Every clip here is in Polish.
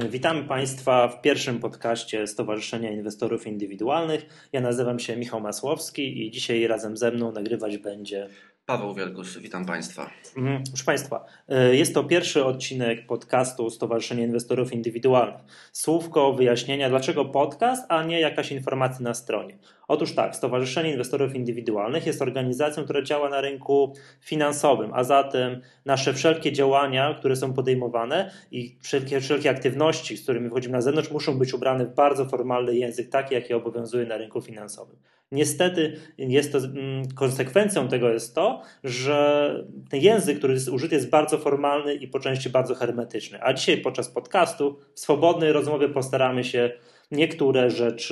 Witamy Państwa w pierwszym podcaście Stowarzyszenia Inwestorów Indywidualnych. Ja nazywam się Michał Masłowski i dzisiaj razem ze mną nagrywać będzie Paweł Wielgus. Witam Państwa. Proszę Państwa, jest to pierwszy odcinek podcastu Stowarzyszenia Inwestorów Indywidualnych. Słówko wyjaśnienia, dlaczego podcast, a nie jakaś informacja na stronie. Otóż tak, Stowarzyszenie Inwestorów Indywidualnych jest organizacją, która działa na rynku finansowym, a zatem nasze wszelkie działania, które są podejmowane i wszelkie aktywności, z którymi wychodzimy na zewnątrz, muszą być ubrane w bardzo formalny język, taki jaki obowiązuje na rynku finansowym. Niestety konsekwencją tego jest to, że ten język, który jest użyty, jest bardzo formalny i po części bardzo hermetyczny. A dzisiaj podczas podcastu w swobodnej rozmowie postaramy się niektóre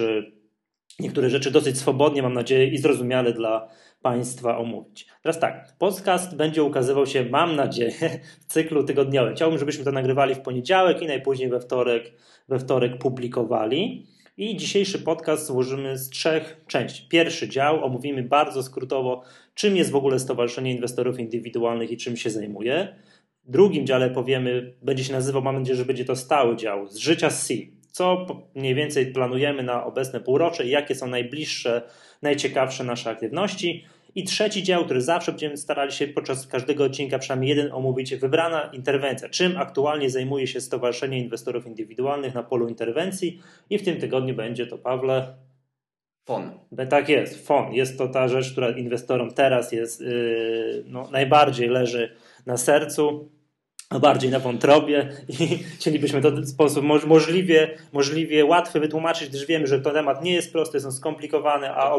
rzeczy dosyć swobodnie, mam nadzieję, i zrozumiale dla Państwa omówić. Teraz tak, podcast będzie ukazywał się, mam nadzieję, w cyklu tygodniowym. Chciałbym, żebyśmy to nagrywali w poniedziałek i najpóźniej we wtorek publikowali. I dzisiejszy podcast złożymy z 3 części. Pierwszy dział omówimy bardzo skrótowo, czym jest w ogóle Stowarzyszenie Inwestorów Indywidualnych i czym się zajmuje. W drugim dziale powiemy, będzie się nazywał, mam nadzieję, że będzie to stały dział, z życia z C. Co mniej więcej planujemy na obecne półrocze i jakie są najbliższe, najciekawsze nasze aktywności. I trzeci dział, który zawsze będziemy starali się podczas każdego odcinka przynajmniej jeden omówić, wybrana interwencja. Czym aktualnie zajmuje się Stowarzyszenie Inwestorów Indywidualnych na polu interwencji i w tym tygodniu będzie to, Pawle... FON. Tak jest, FON. Jest to ta rzecz, która inwestorom teraz jest najbardziej leży na sercu, bardziej na wątrobie i chcielibyśmy to w sposób możliwie łatwy wytłumaczyć, gdyż wiemy, że ten temat nie jest prosty, jest skomplikowany, a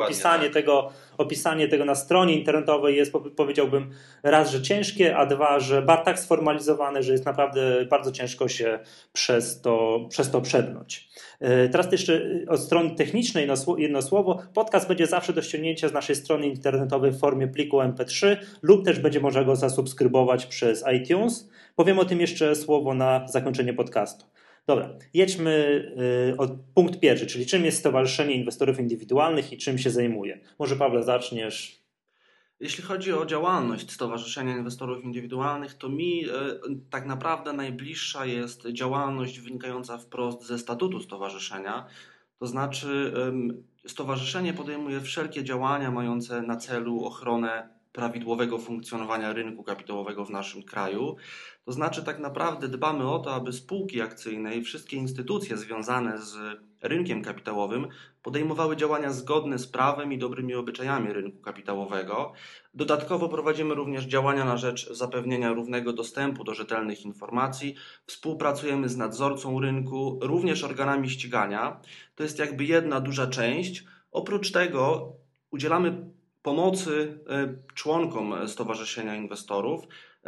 opisanie tego na stronie internetowej jest, powiedziałbym, raz, że ciężkie, a dwa, że tak sformalizowane, że jest naprawdę bardzo ciężko się przez to przednąć. Teraz jeszcze od strony technicznej jedno słowo. Podcast będzie zawsze do ściągnięcia z naszej strony internetowej w formie pliku MP3 lub też będzie można go zasubskrybować przez iTunes. Powiem o tym jeszcze słowo na zakończenie podcastu. Dobra, jedźmy od punkt pierwszy, czyli czym jest Stowarzyszenie Inwestorów Indywidualnych i czym się zajmuje. Może, Pawle, zaczniesz? Jeśli chodzi o działalność Stowarzyszenia Inwestorów Indywidualnych, to mi tak naprawdę najbliższa jest działalność wynikająca wprost ze statutu stowarzyszenia. To znaczy stowarzyszenie podejmuje wszelkie działania mające na celu ochronę prawidłowego funkcjonowania rynku kapitałowego w naszym kraju. To znaczy tak naprawdę dbamy o to, aby spółki akcyjne i wszystkie instytucje związane z rynkiem kapitałowym podejmowały działania zgodne z prawem i dobrymi obyczajami rynku kapitałowego. Dodatkowo prowadzimy również działania na rzecz zapewnienia równego dostępu do rzetelnych informacji. Współpracujemy z nadzorcą rynku, również organami ścigania. To jest jakby jedna duża część. Oprócz tego udzielamy pomocy członkom Stowarzyszenia Inwestorów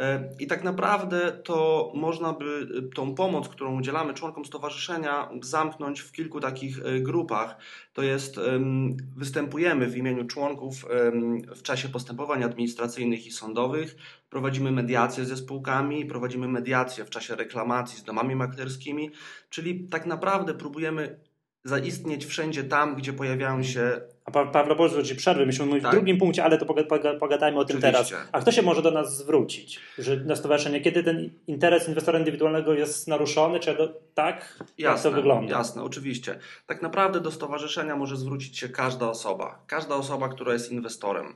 i tak naprawdę to można by tą pomoc, którą udzielamy członkom stowarzyszenia, zamknąć w kilku takich grupach. To jest występujemy w imieniu członków w czasie postępowań administracyjnych i sądowych, prowadzimy mediacje ze spółkami, prowadzimy mediacje w czasie reklamacji z domami maklerskimi, czyli tak naprawdę próbujemy zaistnieć wszędzie tam, gdzie pojawiają się... A Pawle, pozwól ci przerwę, myśmy mówili w drugim punkcie, ale to pogadajmy o tym teraz. A kto się może do nas zwrócić? Że na stowarzyszenie, kiedy ten interes inwestora indywidualnego jest naruszony, czy tak? Jasne, jak to wygląda? Jasne, oczywiście. Tak naprawdę do stowarzyszenia może zwrócić się każda osoba. Każda osoba, która jest inwestorem.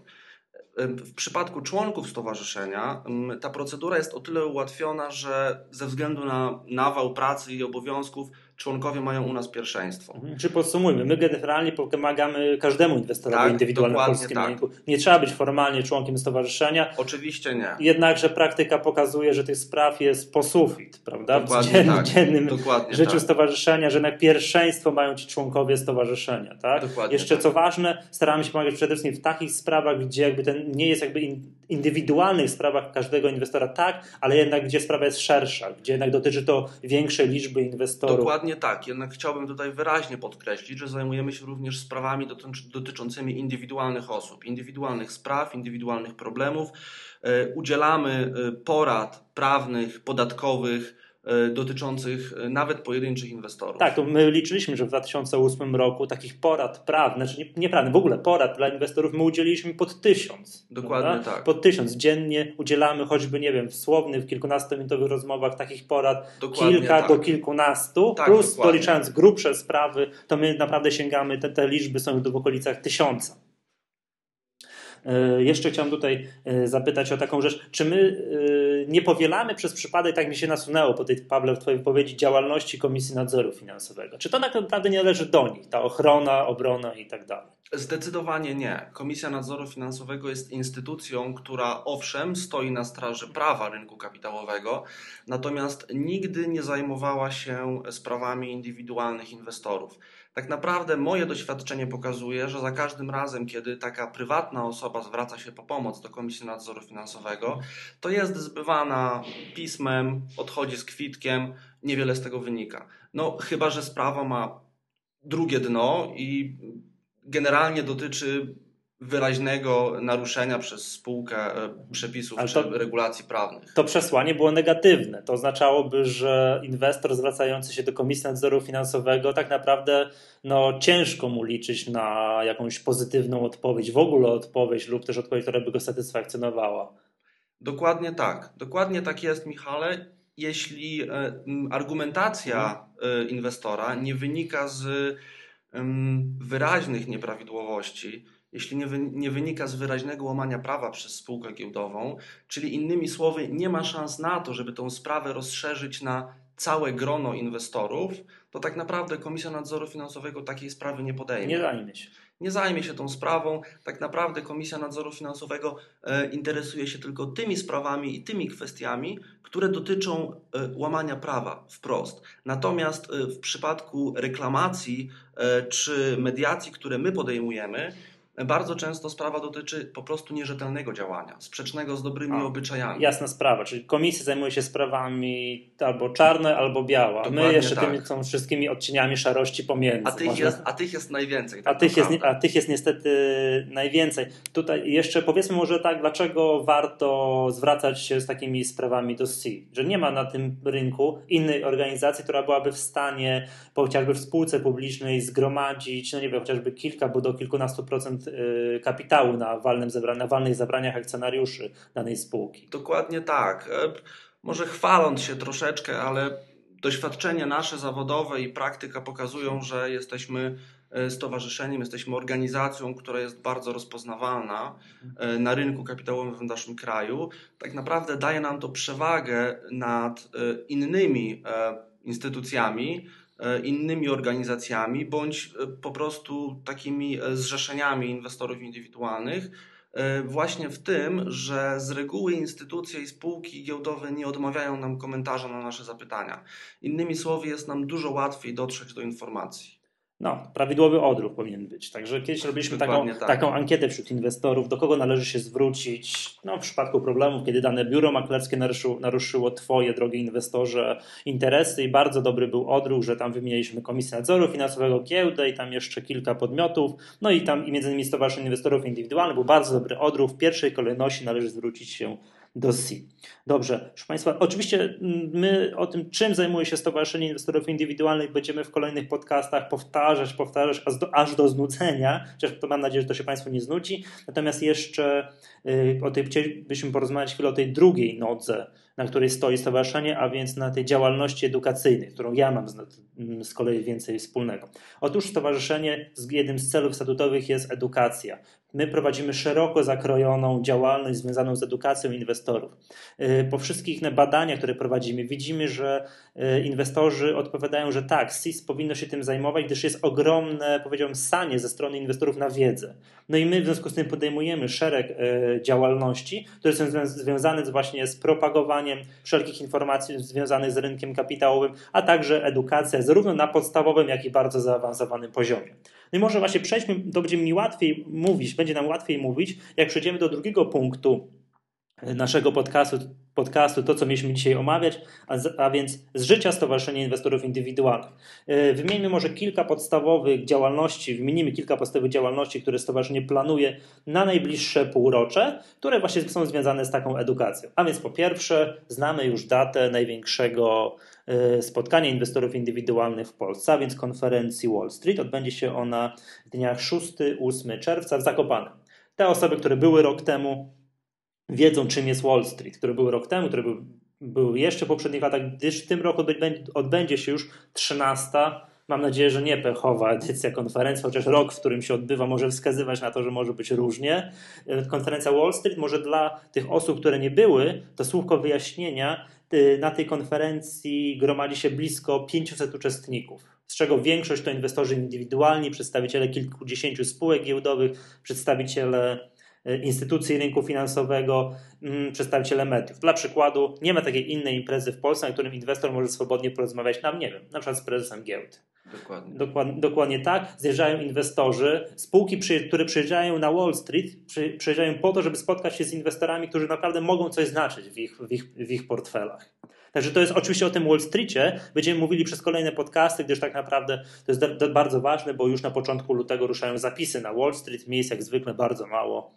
W przypadku członków stowarzyszenia ta procedura jest o tyle ułatwiona, że ze względu na nawał pracy i obowiązków członkowie mają u nas pierwszeństwo. Czy podsumujmy, my generalnie pomagamy każdemu inwestorowi indywidualnemu w polskim rynku. Nie trzeba być formalnie członkiem stowarzyszenia. Oczywiście nie. Jednakże praktyka pokazuje, że tych spraw jest po sufit, prawda? W dziennym życiu stowarzyszenia, że jednak pierwszeństwo mają ci członkowie stowarzyszenia. Tak? Jeszcze co ważne, staramy się pomagać przede wszystkim w takich sprawach, gdzie jakby ten nie jest jakby indywidualnych sprawach każdego inwestora, tak, ale jednak gdzie sprawa jest szersza, gdzie jednak dotyczy to większej liczby inwestorów. Dokładnie tak. Jednak chciałbym tutaj wyraźnie podkreślić, że zajmujemy się również sprawami dotyczącymi indywidualnych osób, indywidualnych spraw, indywidualnych problemów. Udzielamy porad prawnych, podatkowych dotyczących nawet pojedynczych inwestorów. Tak, to my liczyliśmy, że w 2008 roku takich porad prawnych, znaczy nie prawnych, w ogóle porad dla inwestorów my udzieliliśmy pod 1000. Dokładnie prawda? tak. Pod 1000 dziennie udzielamy choćby, nie wiem, w słownych, w kilkunastominutowych rozmowach takich porad, Dokładnie kilka tak. do kilkunastu, Tak, plus dokładnie. doliczając grubsze sprawy, to my naprawdę sięgamy, te liczby są w okolicach 1000. Jeszcze chciałem tutaj zapytać o taką rzecz, czy my nie powielamy przez przypadek, tak mi się nasunęło po tej, Pawle, w twojej wypowiedzi, działalności Komisji Nadzoru Finansowego? Czy to tak naprawdę nie należy do nich, ta ochrona, obrona i tak dalej? Zdecydowanie nie. Komisja Nadzoru Finansowego jest instytucją, która owszem stoi na straży prawa rynku kapitałowego, natomiast nigdy nie zajmowała się sprawami indywidualnych inwestorów. Tak naprawdę moje doświadczenie pokazuje, że za każdym razem, kiedy taka prywatna osoba zwraca się po pomoc do Komisji Nadzoru Finansowego, to jest zbywana pismem, odchodzi z kwitkiem, niewiele z tego wynika. No chyba że sprawa ma drugie dno i generalnie dotyczy wyraźnego naruszenia przez spółkę przepisów czy regulacji prawnych. To przesłanie było negatywne. To oznaczałoby, że inwestor zwracający się do Komisji Nadzoru Finansowego tak naprawdę ciężko mu liczyć na jakąś pozytywną odpowiedź, w ogóle odpowiedź lub też odpowiedź, która by go satysfakcjonowała. Dokładnie tak. Dokładnie tak jest, Michale. Jeśli argumentacja inwestora nie wynika z wyraźnych nieprawidłowości, jeśli nie wynika z wyraźnego łamania prawa przez spółkę giełdową, czyli innymi słowy nie ma szans na to, żeby tą sprawę rozszerzyć na całe grono inwestorów, to tak naprawdę Komisja Nadzoru Finansowego takiej sprawy nie podejmie. Nie zajmie się tą sprawą. Tak naprawdę Komisja Nadzoru Finansowego interesuje się tylko tymi sprawami i tymi kwestiami, które dotyczą łamania prawa wprost. Natomiast w przypadku reklamacji czy mediacji, które my podejmujemy, bardzo często sprawa dotyczy po prostu nierzetelnego działania, sprzecznego z dobrymi obyczajami. Jasna sprawa, czyli komisja zajmuje się sprawami albo czarne, albo białe. Dokładnie my jeszcze tak. tymi są wszystkimi odcieniami szarości pomiędzy. A tych jest najwięcej. Tak a tych jest niestety najwięcej. Tutaj jeszcze powiedzmy może tak, dlaczego warto zwracać się z takimi sprawami do SEC, że nie ma na tym rynku innej organizacji, która byłaby w stanie chociażby w spółce publicznej zgromadzić, chociażby kilka, bo do kilkunastu procent kapitału na walnych zebraniach akcjonariuszy danej spółki. Dokładnie tak. Może chwaląc się troszeczkę, ale doświadczenie nasze zawodowe i praktyka pokazują, że jesteśmy stowarzyszeniem, jesteśmy organizacją, która jest bardzo rozpoznawalna na rynku kapitałowym w naszym kraju. Tak naprawdę daje nam to przewagę nad innymi instytucjami, innymi organizacjami, bądź po prostu takimi zrzeszeniami inwestorów indywidualnych, właśnie w tym, że z reguły instytucje i spółki giełdowe nie odmawiają nam komentarza na nasze zapytania. Innymi słowy, jest nam dużo łatwiej dotrzeć do informacji. Prawidłowy odruch powinien być. Także kiedyś robiliśmy taką ankietę wśród inwestorów, do kogo należy się zwrócić w przypadku problemów, kiedy dane biuro maklerskie naruszyło Twoje, drogi inwestorze, interesy i bardzo dobry był odruch, że tam wymieniliśmy Komisję Nadzoru Finansowego, giełdę i tam jeszcze kilka podmiotów, i tam i między innymi Stowarzyszenie Inwestorów Indywidualnych był bardzo dobry odruch. W pierwszej kolejności należy zwrócić się do SEC. Dobrze, proszę Państwa, oczywiście my o tym, czym zajmuje się Stowarzyszenie Inwestorów Indywidualnych, będziemy w kolejnych podcastach powtarzać aż do znudzenia, chociaż to mam nadzieję, że to się Państwu nie znudzi. Natomiast jeszcze chcielibyśmy porozmawiać chwilę o tej drugiej nodze, na której stoi stowarzyszenie, a więc na tej działalności edukacyjnej, którą ja mam z kolei więcej wspólnego. Otóż stowarzyszenie, jednym z celów statutowych jest edukacja. My prowadzimy szeroko zakrojoną działalność związaną z edukacją inwestorów. Po wszystkich badaniach, które prowadzimy, widzimy, że inwestorzy odpowiadają, że tak, SIS powinno się tym zajmować, gdyż jest ogromne, powiedziałbym, sanie ze strony inwestorów na wiedzę. I my w związku z tym podejmujemy szereg działalności, które są związane właśnie z propagowaniem wszelkich informacji związanych z rynkiem kapitałowym, a także edukacja zarówno na podstawowym, jak i bardzo zaawansowanym poziomie. I może właśnie przejdźmy, to będzie nam łatwiej mówić, jak przejdziemy do drugiego punktu naszego podcastu, to co mieliśmy dzisiaj omawiać, a więc z życia Stowarzyszenia Inwestorów Indywidualnych. Wymieńmy może kilka podstawowych działalności, które stowarzyszenie planuje na najbliższe półrocze, które właśnie są związane z taką edukacją. A więc po pierwsze, znamy już datę największego spotkania inwestorów indywidualnych w Polsce, a więc konferencji Wall Street. Odbędzie się ona w dniach 6-8 czerwca w Zakopanem. Te osoby, które były rok temu, wiedzą, czym jest Wall Street, które były rok temu, które były jeszcze w poprzednich latach, gdyż w tym roku odbędzie się już 13. Mam nadzieję, że nie pechowa edycja konferencji, chociaż rok, w którym się odbywa, może wskazywać na to, że może być różnie. Konferencja Wall Street, może dla tych osób, które nie były, to słówko wyjaśnienia, na tej konferencji gromadzi się blisko 500 uczestników, z czego większość to inwestorzy indywidualni, przedstawiciele kilkudziesięciu spółek giełdowych, przedstawiciele instytucji rynku finansowego, przedstawiciele mediów. Dla przykładu, nie ma takiej innej imprezy w Polsce, na którym inwestor może swobodnie porozmawiać, nie wiem, na przykład z prezesem giełd. Dokładnie tak. Zjeżdżają inwestorzy, spółki, które przyjeżdżają na Wall Street, przyjeżdżają po to, żeby spotkać się z inwestorami, którzy naprawdę mogą coś znaczyć w ich portfelach. Także to jest oczywiście o tym Wall Streetie. Będziemy mówili przez kolejne podcasty, gdyż tak naprawdę to jest bardzo ważne, bo już na początku lutego ruszają zapisy na Wall Street. Miejsc jak zwykle bardzo mało,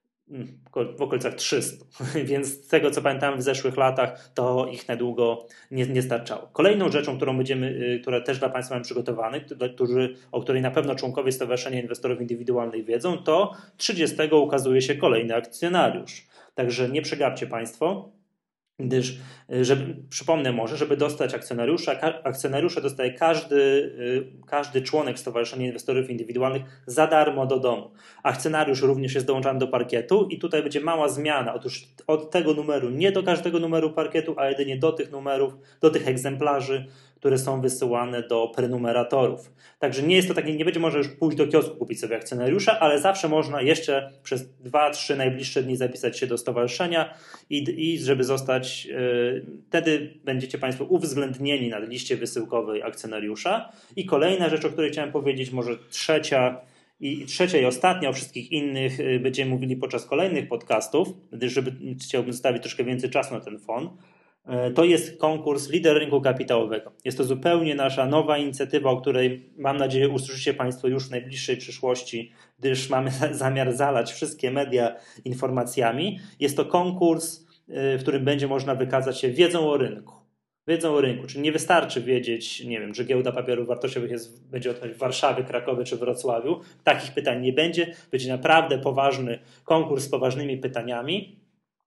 w okolicach 300. Więc z tego co pamiętam w zeszłych latach, to ich na długo nie starczało. Kolejną rzeczą, która też dla Państwa mam przygotowanych, o której na pewno członkowie Stowarzyszenia Inwestorów Indywidualnych wiedzą, to 30 ukazuje się kolejny akcjonariusz. Także nie przegapcie Państwo. Gdyż, przypomnę może, żeby dostać akcjonariusza dostaje każdy członek Stowarzyszenia Inwestorów Indywidualnych za darmo do domu. Akcjonariusz również jest dołączany do parkietu i tutaj będzie mała zmiana. Otóż od tego numeru, nie do każdego numeru parkietu, a jedynie do tych numerów, do tych egzemplarzy, które są wysyłane do prenumeratorów. Także nie jest to takie, nie będzie można już pójść do kiosku kupić sobie akcjonariusza, ale zawsze można jeszcze przez 2-3 najbliższe dni zapisać się do stowarzyszenia i żeby zostać, wtedy będziecie Państwo uwzględnieni na liście wysyłkowej akcjonariusza. I kolejna rzecz, o której chciałem powiedzieć, może trzecia i ostatnia, o wszystkich innych będziemy mówili podczas kolejnych podcastów, gdyż chciałbym zostawić troszkę więcej czasu na ten fon. To jest konkurs Lider Rynku Kapitałowego. Jest to zupełnie nasza nowa inicjatywa, o której mam nadzieję usłyszycie Państwo już w najbliższej przyszłości, gdyż mamy zamiar zalać wszystkie media informacjami. Jest to konkurs, w którym będzie można wykazać się wiedzą o rynku. Czyli nie wystarczy wiedzieć, nie wiem, że giełda papierów wartościowych będzie w Warszawie, Krakowie czy Wrocławiu. Takich pytań nie będzie. Będzie naprawdę poważny konkurs z poważnymi pytaniami.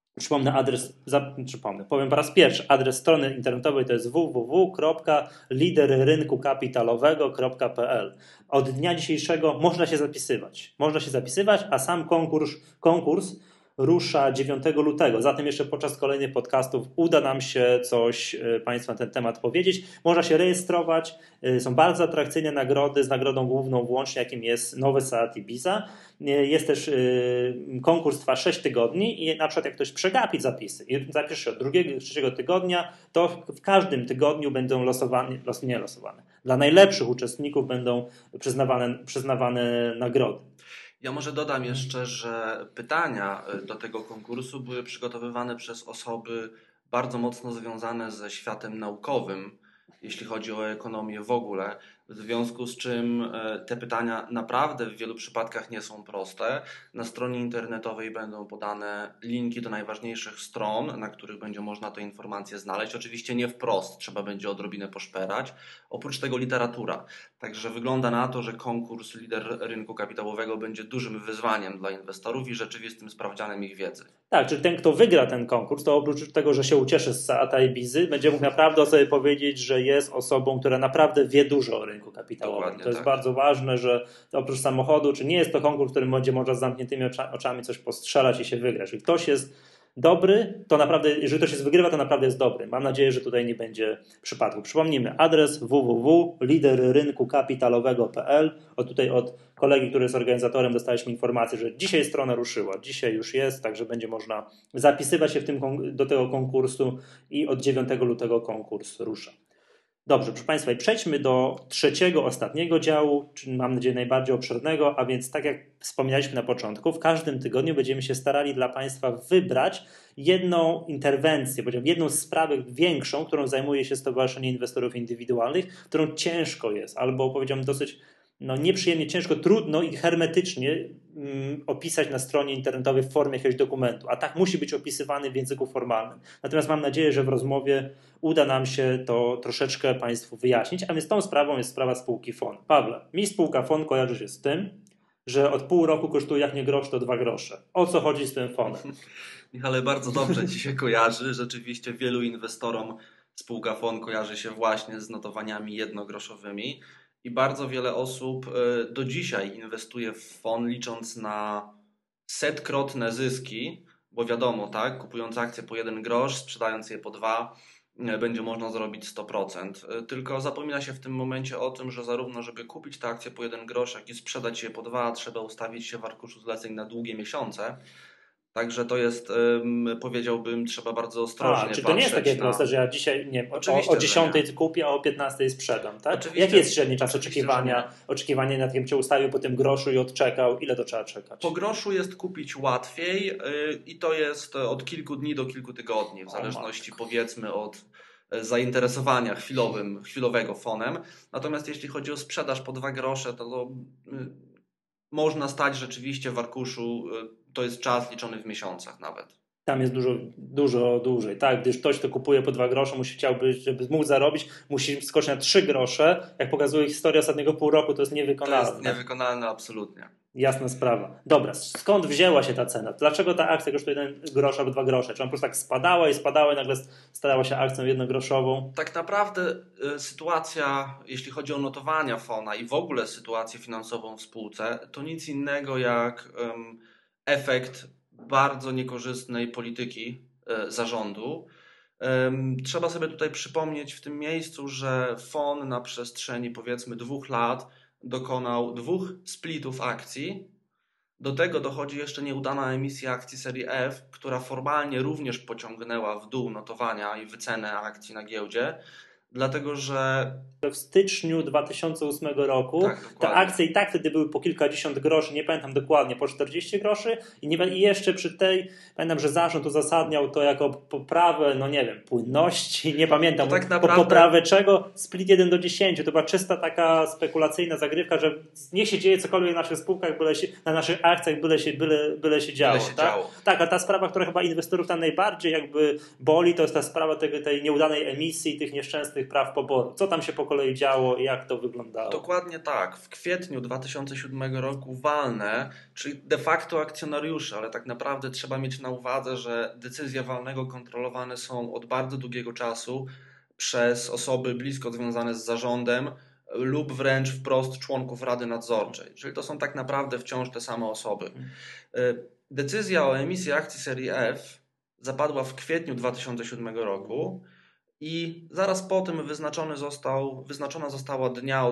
Powiem po raz pierwszy, adres strony internetowej to jest www.liderrynkukapitalowego.pl. Od dnia dzisiejszego można się zapisywać, a sam konkurs rusza 9 lutego. Zatem jeszcze podczas kolejnych podcastów uda nam się coś Państwu na ten temat powiedzieć. Można się rejestrować. Są bardzo atrakcyjne nagrody z nagrodą główną włącznie, jakim jest nowy Seat Ibiza. Jest też konkurs, trwa 6 tygodni i na przykład jak ktoś przegapi zapisy i zapisze się od 2-3 tygodnia, to w każdym tygodniu będą losowane. Dla najlepszych uczestników będą przyznawane nagrody. Ja może dodam jeszcze, że pytania do tego konkursu były przygotowywane przez osoby bardzo mocno związane ze światem naukowym, jeśli chodzi o ekonomię w ogóle, w związku z czym te pytania naprawdę w wielu przypadkach nie są proste. Na stronie internetowej będą podane linki do najważniejszych stron, na których będzie można te informacje znaleźć. Oczywiście nie wprost, trzeba będzie odrobinę poszperać. Oprócz tego literatura. Także wygląda na to, że konkurs Lider Rynku Kapitałowego będzie dużym wyzwaniem dla inwestorów i rzeczywistym sprawdzianem ich wiedzy. Tak, czyli ten, kto wygra ten konkurs, to oprócz tego, że się ucieszy z Seata Ibizy, będzie mógł naprawdę o sobie powiedzieć, że jest osobą, która naprawdę wie dużo o rynku kapitałowym. Dokładnie to jest tak. Bardzo ważne, że oprócz samochodu, czy nie jest to konkurs, w którym będzie można z zamkniętymi oczami coś postrzelać i się wygrać. Jeżeli ktoś jest dobry, to naprawdę, jeżeli ktoś wygrywa, to naprawdę jest dobry. Mam nadzieję, że tutaj nie będzie przypadku. Przypomnijmy adres www.liderrynkukapitalowego.pl. Tutaj od kolegi, który jest organizatorem, dostaliśmy informację, że dzisiaj strona ruszyła. Dzisiaj już jest, także będzie można zapisywać się do tego konkursu i od 9 lutego konkurs rusza. Dobrze, proszę Państwa, i przejdźmy do trzeciego, ostatniego działu, czyli mam nadzieję najbardziej obszernego, a więc tak jak wspominaliśmy na początku, w każdym tygodniu będziemy się starali dla Państwa wybrać jedną interwencję, powiedziałbym, jedną sprawę większą, którą zajmuje się Stowarzyszenie Inwestorów Indywidualnych, którą ciężko jest, albo powiedziałbym dosyć nieprzyjemnie, ciężko, trudno i hermetycznie opisać na stronie internetowej w formie jakiegoś dokumentu, a tak musi być opisywany w języku formalnym. Natomiast mam nadzieję, że w rozmowie uda nam się to troszeczkę Państwu wyjaśnić, a więc tą sprawą jest sprawa spółki FON. Pawle, mi spółka FON kojarzy się z tym, że od pół roku kosztuje jak nie grosz, to 2 grosze. O co chodzi z tym FON-em? Michale, bardzo dobrze Ci się kojarzy. Rzeczywiście wielu inwestorom spółka FON kojarzy się właśnie z notowaniami jednogroszowymi i bardzo wiele osób do dzisiaj inwestuje w FON, licząc na setkrotne zyski, bo wiadomo, tak, kupując akcje po 1 grosz, sprzedając je po 2, będzie można zrobić 100%. Tylko zapomina się w tym momencie o tym, że zarówno żeby kupić te akcje po 1 grosz, jak i sprzedać je po 2, trzeba ustawić się w arkuszu zleceń na długie miesiące. Także to jest, powiedziałbym, trzeba bardzo ostrożnie patrzeć. Czyli to nie jest takie proste, że ja dzisiaj o 10 kupię, a o 15 sprzedam, tak? Oczywiście, jaki jest średni czas oczekiwania na tym, cię ustawił po tym groszu i odczekał? Ile to trzeba czekać? Po groszu jest kupić łatwiej i to jest od kilku dni do kilku tygodni, w zależności powiedzmy od zainteresowania chwilowego FON-em. Natomiast jeśli chodzi o sprzedaż po 2 grosze, to można stać rzeczywiście w arkuszu, to jest czas liczony w miesiącach nawet. Tam jest dużo dłużej, tak? Gdyż ktoś, kto kupuje po 2 grosze, chciałby, żeby mógł zarobić, musi skoczyć na 3 grosze. Jak pokazuje historia ostatniego pół roku, to jest niewykonalne. To jest niewykonalne absolutnie. Jasna sprawa. Dobra, skąd wzięła się ta cena? Dlaczego ta akcja kosztuje 1 grosz albo 2 grosze? Czy ona po prostu tak spadała i nagle stała się akcją jednogroszową? Tak naprawdę sytuacja, jeśli chodzi o notowania FON-a i w ogóle sytuację finansową w spółce, to nic innego jak efekt bardzo niekorzystnej polityki zarządu. Trzeba sobie tutaj przypomnieć w tym miejscu, że FON na przestrzeni powiedzmy 2 lat dokonał 2 splitów akcji. Do tego dochodzi jeszcze nieudana emisja akcji serii F, która formalnie również pociągnęła w dół notowania i wycenę akcji na giełdzie, dlatego że w styczniu 2008 roku te akcje i tak wtedy były po kilkadziesiąt groszy, nie pamiętam dokładnie, po 40 groszy i jeszcze przy tej, pamiętam, że zarząd uzasadniał to jako poprawę, płynności, nie pamiętam, tak naprawdę poprawę czego, split 1:10, to była czysta taka spekulacyjna zagrywka, że niech się dzieje cokolwiek na naszych spółkach, na naszych akcjach, byle się działo. Tak, a ta sprawa, która chyba inwestorów tam najbardziej jakby boli, to jest ta sprawa tej nieudanej emisji, tych nieszczęsnych praw poboru. Co tam się po kolei działo i jak to wyglądało? Dokładnie tak. W kwietniu 2007 roku walne, czyli de facto akcjonariusze, ale tak naprawdę trzeba mieć na uwadze, że decyzje walnego kontrolowane są od bardzo długiego czasu przez osoby blisko związane z zarządem lub wręcz wprost członków Rady Nadzorczej. Czyli to są tak naprawdę wciąż te same osoby. Decyzja o emisji akcji serii F zapadła w kwietniu 2007 roku. I zaraz po tym wyznaczona została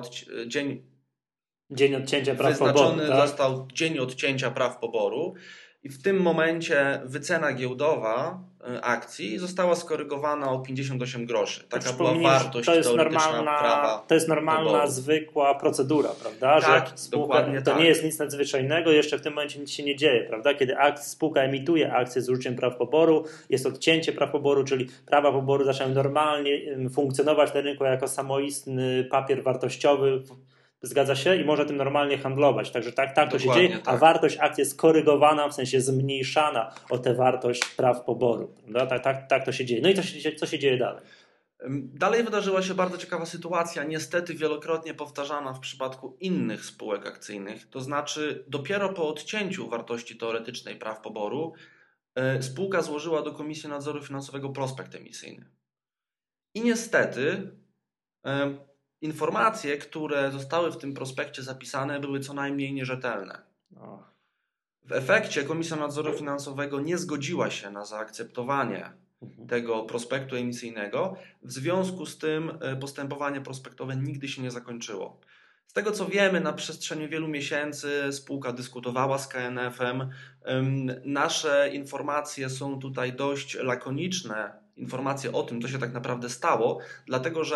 dzień odcięcia praw poboru. Został dzień odcięcia praw poboru i w tym momencie wycena giełdowa akcji została skorygowana o 58 groszy. Taka była wartość teoretyczna prawa. To jest normalna, poboru. Zwykła procedura, prawda? Tak, że spółka, to nie jest nic nadzwyczajnego, jeszcze w tym momencie nic się nie dzieje, prawda? Kiedy spółka emituje akcję z użyciem praw poboru, jest odcięcie praw poboru, czyli prawa poboru zaczynają normalnie funkcjonować na rynku jako samoistny papier wartościowy. Zgadza się? I może tym normalnie handlować. Także tak to się dzieje, tak. A wartość akcji jest korygowana, w sensie zmniejszana o tę wartość praw poboru. Tak to się dzieje. No i co się dzieje dalej? Dalej wydarzyła się bardzo ciekawa sytuacja, niestety wielokrotnie powtarzana w przypadku innych spółek akcyjnych. To znaczy dopiero po odcięciu wartości teoretycznej praw poboru spółka złożyła do Komisji Nadzoru Finansowego prospekt emisyjny. I niestety informacje, które zostały w tym prospekcie zapisane, były co najmniej nierzetelne. W efekcie Komisja Nadzoru Finansowego nie zgodziła się na zaakceptowanie tego prospektu emisyjnego. W związku z tym postępowanie prospektowe nigdy się nie zakończyło. Z tego co wiemy, na przestrzeni wielu miesięcy spółka dyskutowała z KNF-em. Nasze informacje są tutaj dość lakoniczne, informacje o tym, co się tak naprawdę stało, dlatego że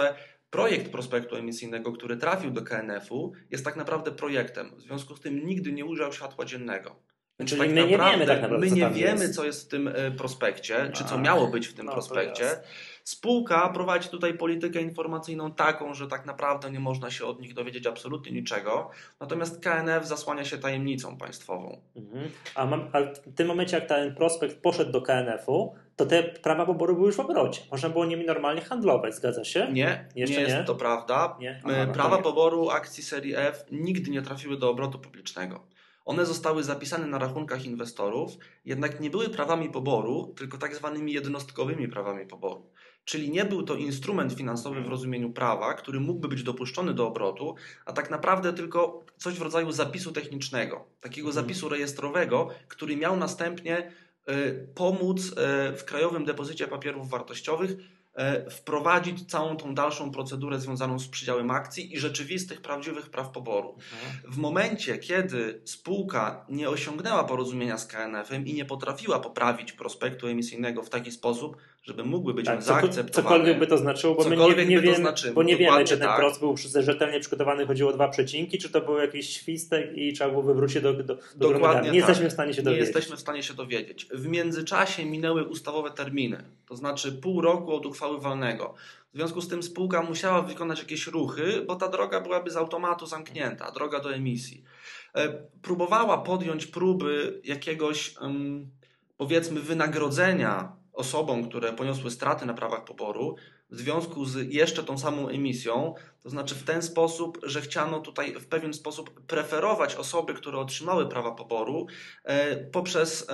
Projekt prospektu emisyjnego, który trafił do KNF-u, jest tak naprawdę projektem. W związku z tym nigdy nie ujrzał światła dziennego. Więc czyli my nie wiemy tak naprawdę, my co nie tam wiemy, jest. co jest w tym prospekcie, czy co miało być w tym prospekcie. Spółka prowadzi tutaj politykę informacyjną taką, że tak naprawdę nie można się od nich dowiedzieć absolutnie niczego. Natomiast KNF zasłania się tajemnicą państwową. A w tym momencie, jak ten prospekt poszedł do KNF-u, to te prawa poboru były już w obrocie. Można było nimi normalnie handlować, zgadza się? Nie, Jeszcze nie jest to prawda. Prawa poboru akcji serii F nigdy nie trafiły do obrotu publicznego. One zostały zapisane na rachunkach inwestorów, jednak nie były prawami poboru, tylko tak zwanymi jednostkowymi prawami poboru. Czyli nie był to instrument finansowy w rozumieniu prawa, który mógłby być dopuszczony do obrotu, a tak naprawdę tylko coś w rodzaju zapisu technicznego, takiego zapisu rejestrowego, który miał następnie pomóc w Krajowym Depozycie Papierów Wartościowych wprowadzić całą tą dalszą procedurę związaną z przydziałem akcji i rzeczywistych, prawdziwych praw poboru. W momencie, kiedy spółka nie osiągnęła porozumienia z KNF-em i nie potrafiła poprawić prospektu emisyjnego w taki sposób, żeby mógłby być on zaakceptowany. Cokolwiek by to znaczyło, bo my nie wiemy, czy ten proces był rzetelnie przygotowany, chodziło o 2 przecinki, czy to był jakiś świstek i trzeba było wywrócić do Dokładnie nie jesteśmy w stanie się dowiedzieć. Nie jesteśmy w stanie się dowiedzieć. W międzyczasie minęły ustawowe terminy, to znaczy pół roku od uchwały walnego. W związku z tym spółka musiała wykonać jakieś ruchy, bo ta droga byłaby z automatu zamknięta, droga do emisji. Próbowała podjąć próby jakiegoś, powiedzmy, wynagrodzenia osobom, które poniosły straty na prawach poboru w związku z jeszcze tą samą emisją, to znaczy w ten sposób, że chciano tutaj w pewien sposób preferować osoby, które otrzymały prawa poboru poprzez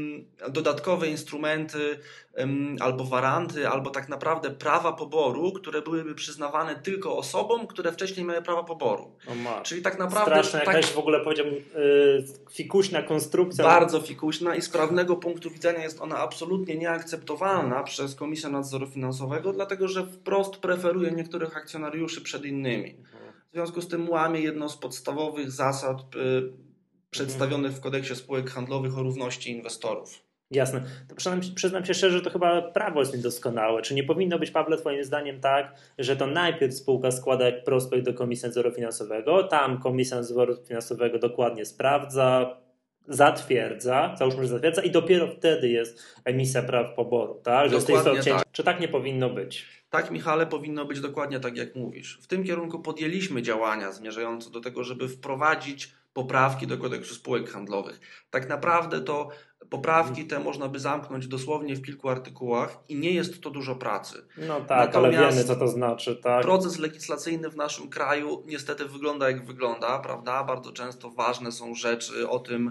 dodatkowe instrumenty albo waranty, albo tak naprawdę prawa poboru, które byłyby przyznawane tylko osobom, które wcześniej miały prawa poboru. Czyli tak naprawdę... Straszna jakaś w ogóle, powiedziałbym, fikuśna konstrukcja. Bardzo fikuśna i z prawnego punktu widzenia jest ona absolutnie nieakceptowalna przez Komisję Nadzoru Finansowego, dlatego że wprost preferuje niektórych akcjonariuszy przed innymi. W związku z tym łamie jedną z podstawowych zasad przedstawionych w Kodeksie Spółek Handlowych o równości inwestorów. Jasne. To przyznam się szczerze, że to chyba prawo jest niedoskonałe. Czy nie powinno być, Pawle, twoim zdaniem tak, że to najpierw spółka składa prospekt do Komisji Nadzoru Finansowego, tam Komisja Nadzoru Finansowego dokładnie sprawdza, zatwierdza, załóżmy, że zatwierdza i dopiero wtedy jest emisja praw poboru, tak? Że dokładnie tak. Czy tak nie powinno być? Tak, Michale, powinno być dokładnie tak, jak mówisz. W tym kierunku podjęliśmy działania zmierzające do tego, żeby wprowadzić poprawki do Kodeksu Spółek Handlowych. Tak naprawdę to poprawki te można by zamknąć dosłownie w kilku artykułach i nie jest to dużo pracy. No tak, ale wiemy, co to znaczy. Tak? Proces legislacyjny w naszym kraju niestety wygląda jak wygląda, prawda? Bardzo często ważne są rzeczy o tym...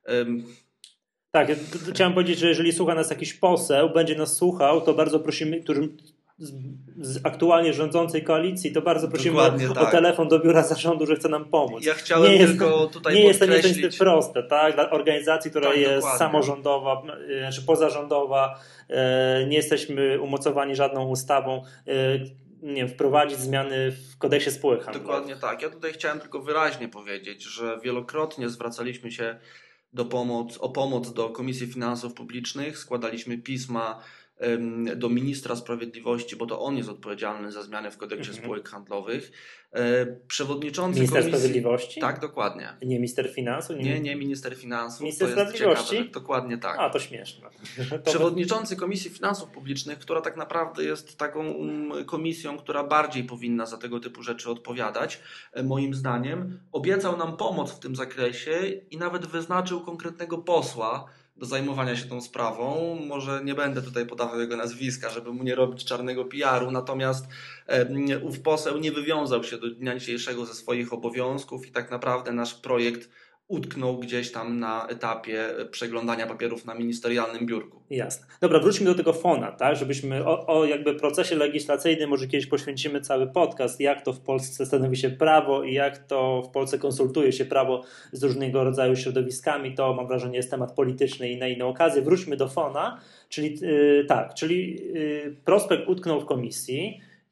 Tak, chciałem powiedzieć, że jeżeli słucha nas jakiś poseł, będzie nas słuchał, to bardzo prosimy, którym z aktualnie rządzącej koalicji, to bardzo prosimy o telefon do biura zarządu, że chce nam pomóc. Ja chciałem tylko tutaj nie jest to niestety proste, tak? Dla organizacji, która jest dokładnie. Samorządowa, czy pozarządowa, nie jesteśmy umocowani żadną ustawą, wprowadzić zmiany w kodeksie spółek handlowych. Dokładnie tak. Ja tutaj chciałem tylko wyraźnie powiedzieć, że wielokrotnie zwracaliśmy się o pomoc do Komisji Finansów Publicznych, składaliśmy pisma do ministra sprawiedliwości, bo to on jest odpowiedzialny za zmiany w kodeksie spółek handlowych. Przewodniczący Minister Sprawiedliwości? Tak, dokładnie. Nie minister finansów? Nie minister finansów. Minister Sprawiedliwości? Ciekawe, dokładnie tak. A, to śmieszne. Przewodniczący Komisji Finansów Publicznych, która tak naprawdę jest taką komisją, która bardziej powinna za tego typu rzeczy odpowiadać, moim zdaniem, obiecał nam pomoc w tym zakresie i nawet wyznaczył konkretnego posła do zajmowania się tą sprawą. Może nie będę tutaj podawał jego nazwiska, żeby mu nie robić czarnego PR-u, natomiast ów poseł nie wywiązał się do dnia dzisiejszego ze swoich obowiązków i tak naprawdę nasz projekt utknął gdzieś tam na etapie przeglądania papierów na ministerialnym biurku. Jasne. Dobra, wróćmy do tego fona, tak? Żebyśmy o jakby procesie legislacyjnym może kiedyś poświęcimy cały podcast, jak to w Polsce stanowi się prawo i jak to w Polsce konsultuje się prawo z różnego rodzaju środowiskami. To mam wrażenie jest temat polityczny i na inną okazję. Wróćmy do fona, czyli prospekt utknął w komisji.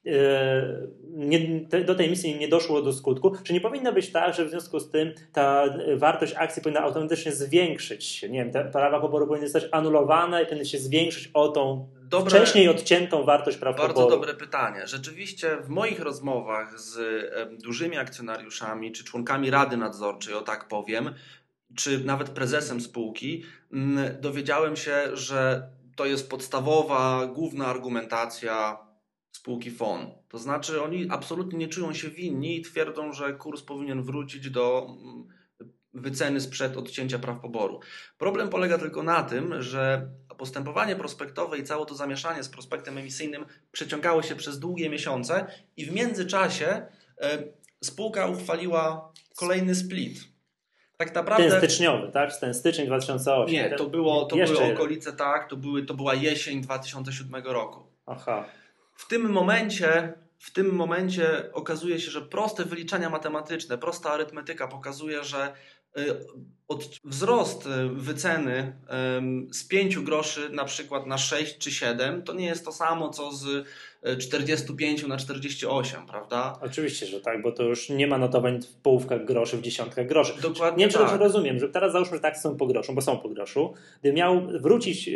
do tej misji nie doszło do skutku. Czy nie powinno być tak, że w związku z tym ta wartość akcji powinna automatycznie zwiększyć się? Nie wiem, te prawa poboru powinny zostać anulowane i powinny się zwiększyć o tą wcześniej odciętą wartość praw poboru. Bardzo dobre pytanie. Rzeczywiście w moich rozmowach z dużymi akcjonariuszami czy członkami rady nadzorczej, o tak powiem, czy nawet prezesem spółki, dowiedziałem się, że to jest podstawowa, główna argumentacja spółki FON. To znaczy oni absolutnie nie czują się winni i twierdzą, że kurs powinien wrócić do wyceny sprzed odcięcia praw poboru. Problem polega tylko na tym, że postępowanie prospektowe i całe to zamieszanie z prospektem emisyjnym przeciągało się przez długie miesiące i w międzyczasie spółka uchwaliła kolejny split. Tak naprawdę, ten styczniowy, tak? Ten styczeń 2008. Nie, to były okolice, tak, to była jesień 2007 roku. Aha. W tym momencie okazuje się, że proste wyliczenia matematyczne, prosta arytmetyka pokazuje, że wzrost wyceny z 5 groszy na przykład na 6 czy 7 to nie jest to samo co z 45 na 48, prawda? Oczywiście, że tak, bo to już nie ma notowań w połówkach groszy, w dziesiątkach groszy. Dokładnie. Nie wiem, czy dobrze rozumiem, że teraz załóżmy, że tak są po groszu, bo są po groszu. Gdy miał wrócić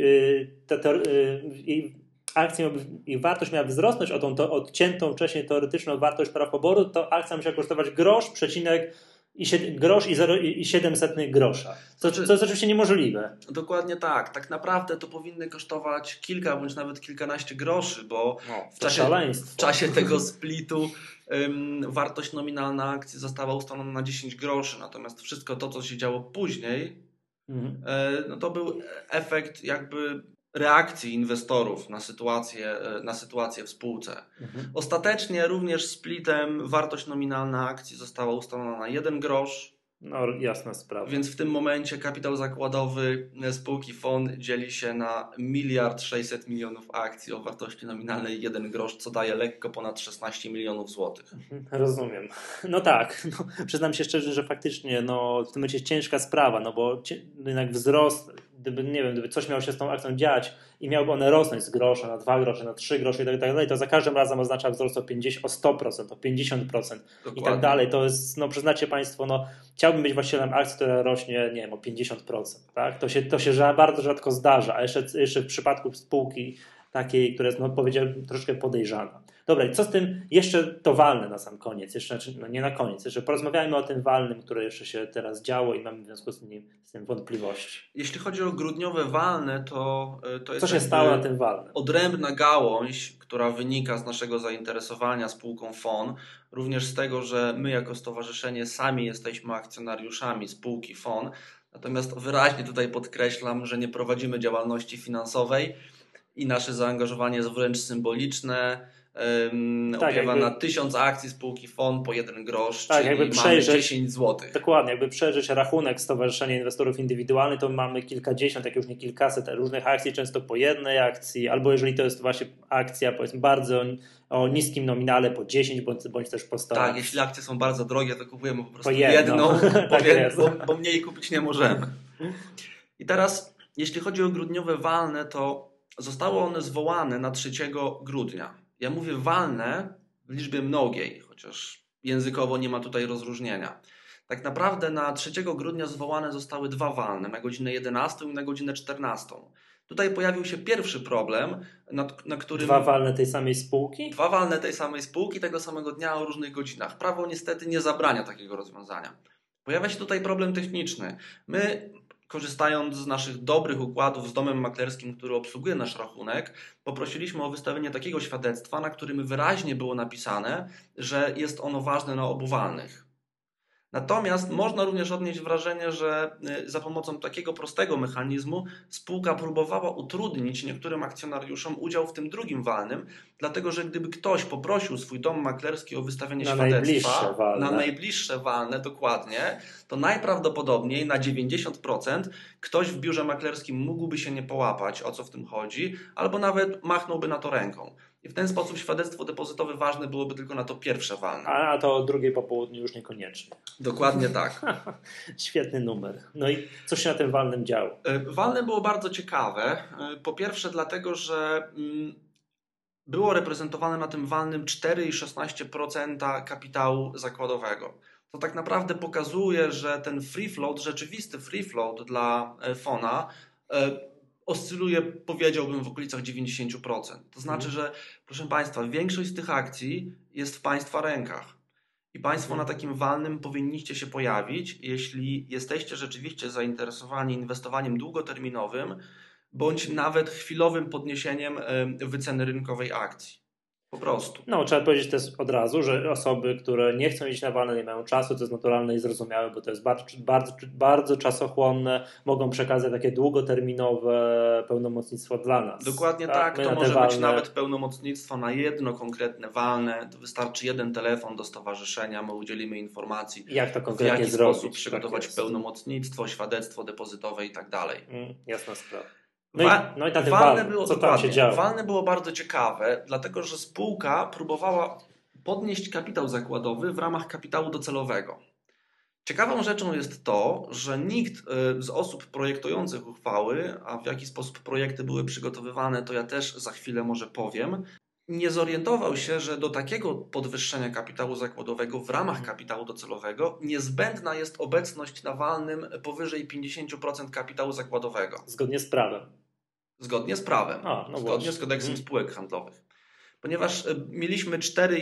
akcja, ich wartość miała wzrosnąć o tą odciętą wcześniej teoretyczną wartość praw poboru, to akcja musiała kosztować grosz i 700 grosza. Co jest oczywiście niemożliwe. Dokładnie tak. Tak naprawdę to powinny kosztować kilka bądź nawet kilkanaście groszy, bo w czasie tego splitu wartość nominalna akcji została ustalona na 10 groszy. Natomiast wszystko to, co się działo później, no to był efekt jakby reakcji inwestorów na sytuację w spółce. Ostatecznie również splitem wartość nominalna akcji została ustalona na 1 grosz. No jasna sprawa. Więc w tym momencie kapitał zakładowy spółki FON dzieli się na 1,6 mld akcji o wartości nominalnej 1 grosz, co daje lekko ponad 16 milionów złotych. Rozumiem. No tak, przyznam się szczerze, że faktycznie w tym momencie jest ciężka sprawa, bo jednak wzrost, gdyby coś miało się z tą akcją dziać i miałyby one rosnąć z grosza na 2 grosze, na 3 grosze i tak dalej, to za każdym razem oznacza wzrost o 100%, o 50% Dokładnie. i tak dalej. To jest, przyznacie Państwo, chciałbym być właścicielem akcji, która rośnie, nie wiem, o 50%. Tak? To się bardzo rzadko zdarza, a jeszcze w przypadku spółki takiej, która jest, powiedziałem, troszkę podejrzana. Dobra, i co z tym jeszcze to walne na sam koniec, nie na koniec, jeszcze porozmawiajmy o tym walnym, które jeszcze się teraz działo i mamy w związku z tym wątpliwości. Jeśli chodzi o grudniowe walne, to jest co się stało na tym walnym? Odrębna gałąź, która wynika z naszego zainteresowania spółką FON, również z tego, że my jako stowarzyszenie sami jesteśmy akcjonariuszami spółki FON, natomiast wyraźnie tutaj podkreślam, że nie prowadzimy działalności finansowej i nasze zaangażowanie jest wręcz symboliczne. Opiewa na 1000 akcji spółki FON po 1 grosz, czyli mamy 10 zł. Dokładnie, jakby przejrzeć rachunek Stowarzyszenia Inwestorów Indywidualnych, to mamy kilkadziesiąt, jak już nie kilkaset różnych akcji, często po jednej akcji, albo jeżeli to jest właśnie akcja, powiedzmy, bardzo o niskim nominale, po 10 bądź też po 100. Tak, jeśli akcje są bardzo drogie, to kupujemy po prostu jedną, bo mniej kupić nie możemy. I teraz, jeśli chodzi o grudniowe walne, to zostały one zwołane na 3 grudnia. Ja mówię walne w liczbie mnogiej, chociaż językowo nie ma tutaj rozróżnienia. Tak naprawdę na 3 grudnia zwołane zostały 2 walne, na godzinę 11 i na godzinę 14. Tutaj pojawił się pierwszy problem, na którym... 2 walne tej samej spółki? 2 walne tej samej spółki tego samego dnia o różnych godzinach. Prawo niestety nie zabrania takiego rozwiązania. Pojawia się tutaj problem techniczny. My, korzystając z naszych dobrych układów z domem maklerskim, który obsługuje nasz rachunek, poprosiliśmy o wystawienie takiego świadectwa, na którym wyraźnie było napisane, że jest ono ważne na obu walnych. Natomiast można również odnieść wrażenie, że za pomocą takiego prostego mechanizmu spółka próbowała utrudnić niektórym akcjonariuszom udział w tym drugim walnym, dlatego że gdyby ktoś poprosił swój dom maklerski o wystawienie świadectwa na najbliższe walne, dokładnie, to najprawdopodobniej na 90% ktoś w biurze maklerskim mógłby się nie połapać, o co w tym chodzi, albo nawet machnąłby na to ręką. I w ten sposób świadectwo depozytowe ważne byłoby tylko na to pierwsze walne. A to o 2 po południu już niekoniecznie. Dokładnie tak. Świetny numer. No i co się na tym walnym działo? Walne było bardzo ciekawe. Po pierwsze dlatego, że było reprezentowane na tym walnym 4,16% kapitału zakładowego. To tak naprawdę pokazuje, że ten free float, rzeczywisty free float dla Fona oscyluje, powiedziałbym, w okolicach 90%. To znaczy, że proszę Państwa, większość z tych akcji jest w Państwa rękach. I Państwo na takim walnym powinniście się pojawić, jeśli jesteście rzeczywiście zainteresowani inwestowaniem długoterminowym, bądź nawet chwilowym podniesieniem wyceny rynkowej akcji. Po prostu. No, trzeba powiedzieć też od razu, że osoby, które nie chcą iść na walne, nie mają czasu, to jest naturalne i zrozumiałe, bo to jest bardzo czasochłonne, mogą przekazać takie długoterminowe pełnomocnictwo dla nas. Dokładnie tak, to może być nawet pełnomocnictwo na jedno konkretne walne, to wystarczy jeden telefon do stowarzyszenia, my udzielimy informacji, jak to konkretnie w jaki zrobić, sposób przygotować pełnomocnictwo, świadectwo depozytowe i tak dalej. Jasna sprawa. No i walne było, co tam się działo? Walne było bardzo ciekawe, dlatego że spółka próbowała podnieść kapitał zakładowy w ramach kapitału docelowego. Ciekawą rzeczą jest to, że nikt z osób projektujących uchwały, a w jaki sposób projekty były przygotowywane, to ja też za chwilę może powiem, nie zorientował się, że do takiego podwyższenia kapitału zakładowego w ramach kapitału docelowego niezbędna jest obecność na walnym powyżej 50% kapitału zakładowego. Zgodnie z prawem. Zgodnie z prawem. Zgodnie z kodeksem spółek handlowych. Ponieważ mieliśmy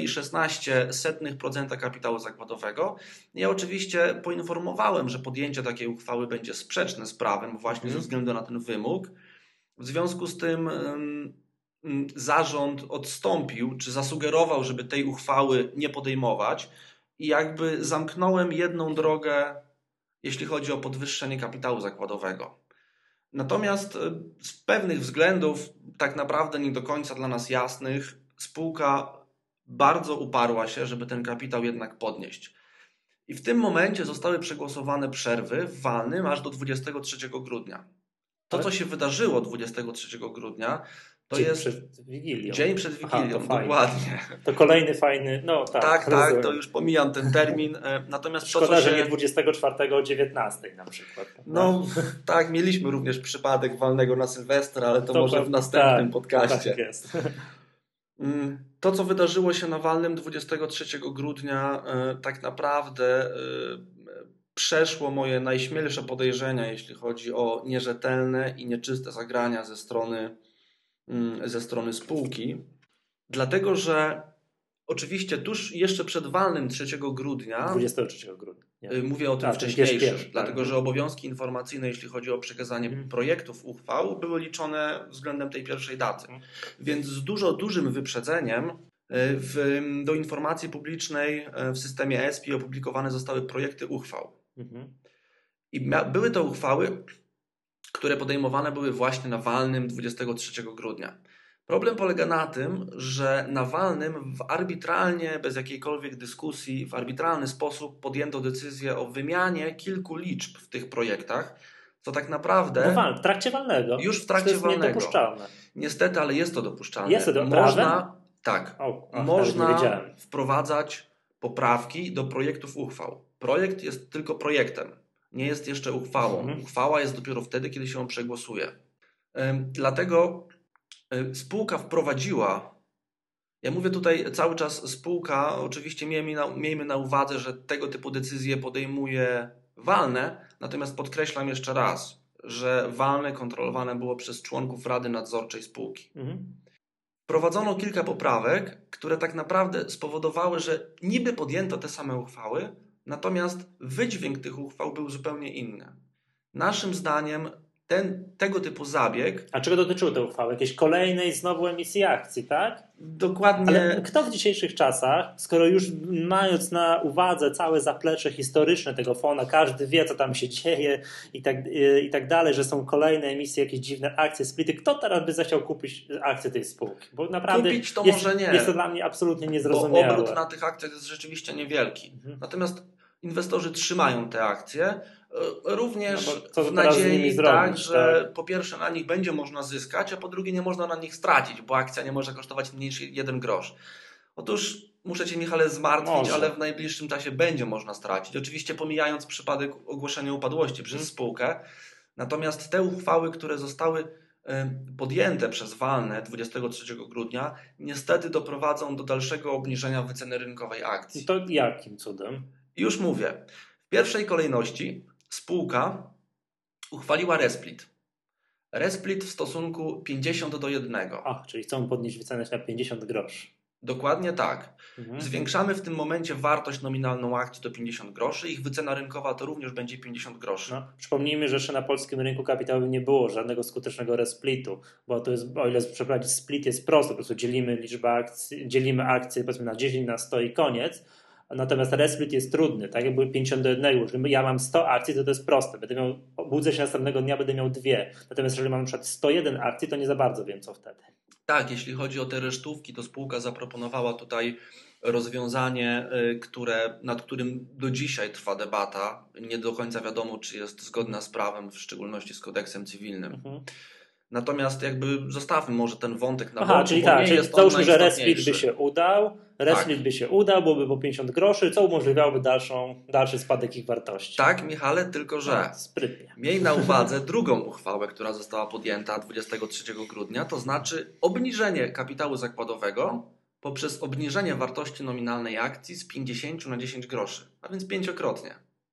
4,16% kapitału zakładowego, ja oczywiście poinformowałem, że podjęcie takiej uchwały będzie sprzeczne z prawem właśnie ze względu na ten wymóg. W związku z tym zarząd odstąpił, czy zasugerował, żeby tej uchwały nie podejmować i jakby zamknąłem jedną drogę, jeśli chodzi o podwyższenie kapitału zakładowego. Natomiast z pewnych względów, tak naprawdę nie do końca dla nas jasnych, spółka bardzo uparła się, żeby ten kapitał jednak podnieść. I w tym momencie zostały przegłosowane przerwy w walnym aż do 23 grudnia. To, co się wydarzyło 23 grudnia, to dzień jest przed Wigilią. Dzień przed Wigilią, dokładnie. To kolejny fajny, tak, to już pomijam ten termin. Natomiast szkoda, że nie 24 o 19 na przykład. Tak, mieliśmy również przypadek walnego na Sylwestra, ale to może w następnym podcaście. Tak jest. To, co wydarzyło się na walnym 23 grudnia, tak naprawdę przeszło moje najśmielsze podejrzenia, jeśli chodzi o nierzetelne i nieczyste zagrania ze strony spółki. Dlatego, że oczywiście tuż jeszcze przed walnym 3 grudnia, 23 grudnia. Mówię o tym wcześniejszym, dlatego że obowiązki informacyjne, jeśli chodzi o przekazanie projektów uchwał, były liczone względem tej pierwszej daty. Więc z dużym wyprzedzeniem do informacji publicznej w systemie ESPI opublikowane zostały projekty uchwał. I były to uchwały, które podejmowane były właśnie na walnym 23 grudnia. Problem polega na tym, że na walnym arbitralnie, bez jakiejkolwiek dyskusji, w arbitralny sposób podjęto decyzję o wymianie kilku liczb w tych projektach, co tak naprawdę... w trakcie walnego. Już w trakcie walnego. To jest niedopuszczalne. Niestety, ale jest to dopuszczalne. Jest to można wprowadzać poprawki do projektów uchwał. Projekt jest tylko projektem, nie jest jeszcze uchwałą. Uchwała jest dopiero wtedy, kiedy się ją przegłosuje. Dlatego spółka wprowadziła, ja mówię tutaj cały czas spółka, oczywiście miejmy na uwadze, że tego typu decyzje podejmuje walne, natomiast podkreślam jeszcze raz, że walne kontrolowane było przez członków Rady Nadzorczej spółki. Wprowadzono kilka poprawek, które tak naprawdę spowodowały, że niby podjęto te same uchwały, natomiast wydźwięk tych uchwał był zupełnie inny. Naszym zdaniem tego typu zabieg... A czego dotyczyły te uchwały? Jakiejś kolejnej znowu emisji akcji, tak? Dokładnie. Ale kto w dzisiejszych czasach, skoro już mając na uwadze całe zaplecze historyczne tego Fona, każdy wie, co tam się dzieje i tak dalej, że są kolejne emisje, jakieś dziwne akcje, splity, kto teraz by zechciał kupić akcje tej spółki? Bo naprawdę kupić to może nie. Jest to dla mnie absolutnie niezrozumiałe. Bo obrót na tych akcjach jest rzeczywiście niewielki. Natomiast inwestorzy trzymają te akcje, również w nadziei, że po pierwsze na nich będzie można zyskać, a po drugie nie można na nich stracić, bo akcja nie może kosztować mniejszy 1 grosz. Otóż muszę Cię, Michale, zmartwić, ale w najbliższym czasie będzie można stracić. Oczywiście pomijając przypadek ogłoszenia upadłości przez spółkę. Natomiast te uchwały, które zostały podjęte przez walne 23 grudnia niestety doprowadzą do dalszego obniżenia wyceny rynkowej akcji. To jakim cudem? Już mówię. W pierwszej kolejności spółka uchwaliła resplit. Resplit w stosunku 50:1. Czyli chcą podnieść wycenę na 50 groszy. Dokładnie tak. Zwiększamy w tym momencie wartość nominalną akcji do 50 groszy. Ich wycena rynkowa to również będzie 50 groszy. Przypomnijmy, że jeszcze na polskim rynku kapitałowym nie było żadnego skutecznego resplitu, bo to jest, o ile przeprowadzić split jest prosto, po prostu dzielimy liczbę akcji, dzielimy akcje powiedzmy na 10, na 100 i koniec. Natomiast resplit jest trudny, tak jak były 50:1. Jeżeli ja mam 100 akcji, to jest proste. Budzę się następnego dnia, będę miał 2. Natomiast jeżeli mam na przykład 101 akcji, to nie za bardzo wiem, co wtedy. Tak, jeśli chodzi o te resztówki, to spółka zaproponowała tutaj rozwiązanie, nad którym do dzisiaj trwa debata. Nie do końca wiadomo, czy jest zgodna z prawem, w szczególności z kodeksem cywilnym. Natomiast zostawmy może ten wątek na boku, czyli bo nie jest on załóżmy, że resplit najistotniejszy. by się udał, byłoby po 50 groszy, co umożliwiałoby dalszy spadek ich wartości. Tak, Michale, tylko że sprytnie. Miej na uwadze drugą uchwałę, która została podjęta 23 grudnia, to znaczy obniżenie kapitału zakładowego poprzez obniżenie wartości nominalnej akcji z 50 na 10 groszy, a więc 5-krotnie.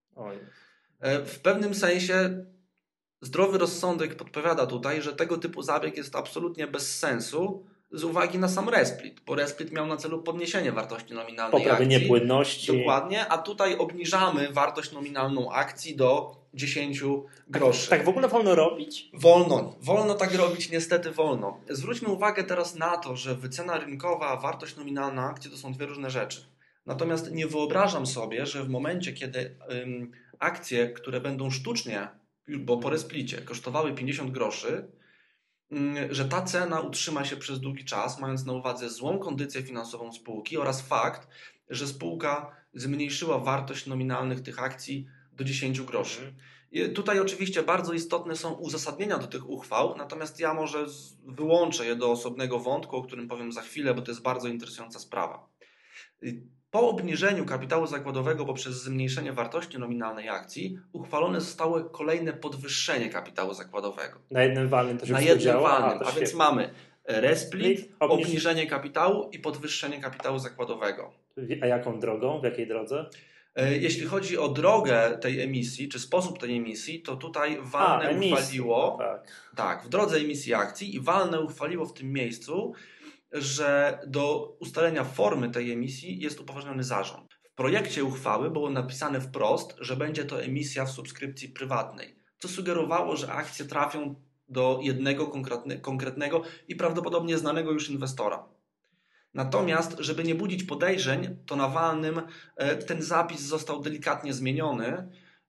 W pewnym sensie zdrowy rozsądek podpowiada tutaj, że tego typu zabieg jest absolutnie bez sensu z uwagi na sam resplit, bo resplit miał na celu podniesienie wartości nominalnej poprawienie akcji. Płynności. Dokładnie, a tutaj obniżamy wartość nominalną akcji do 10 groszy. Tak w ogóle wolno robić? Wolno tak robić, niestety wolno. Zwróćmy uwagę teraz na to, że wycena rynkowa, a wartość nominalna akcji to są dwie różne rzeczy. Natomiast nie wyobrażam sobie, że w momencie, kiedy akcje, które będą sztucznie, bo po resplicie kosztowały 50 groszy, że ta cena utrzyma się przez długi czas, mając na uwadze złą kondycję finansową spółki oraz fakt, że spółka zmniejszyła wartość nominalnych tych akcji do 10 groszy. I tutaj oczywiście bardzo istotne są uzasadnienia do tych uchwał, natomiast ja może wyłączę je do osobnego wątku, o którym powiem za chwilę, bo to jest bardzo interesująca sprawa. Po obniżeniu kapitału zakładowego poprzez zmniejszenie wartości nominalnej akcji uchwalone zostało kolejne podwyższenie kapitału zakładowego. Na jednym walnym to się Na jednym walnym, a więc mamy resplit, obniżenie kapitału i podwyższenie kapitału zakładowego. A jaką drogą? W jakiej drodze? Jeśli chodzi o drogę tej emisji, czy sposób tej emisji, to tutaj walne uchwaliło w drodze emisji akcji i walne uchwaliło w tym miejscu, że do ustalenia formy tej emisji jest upoważniony zarząd. W projekcie uchwały było napisane wprost, że będzie to emisja w subskrypcji prywatnej, co sugerowało, że akcje trafią do jednego konkretnego i prawdopodobnie znanego już inwestora. Natomiast, żeby nie budzić podejrzeń, to na walnym ten zapis został delikatnie zmieniony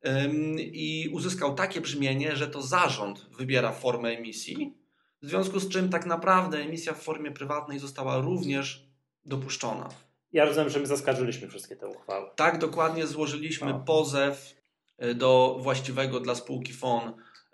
i uzyskał takie brzmienie, że to zarząd wybiera formę emisji, w związku z czym tak naprawdę emisja w formie prywatnej została również dopuszczona. Ja rozumiem, że my zaskarżyliśmy wszystkie te uchwały. Tak, dokładnie złożyliśmy pozew do właściwego dla spółki FON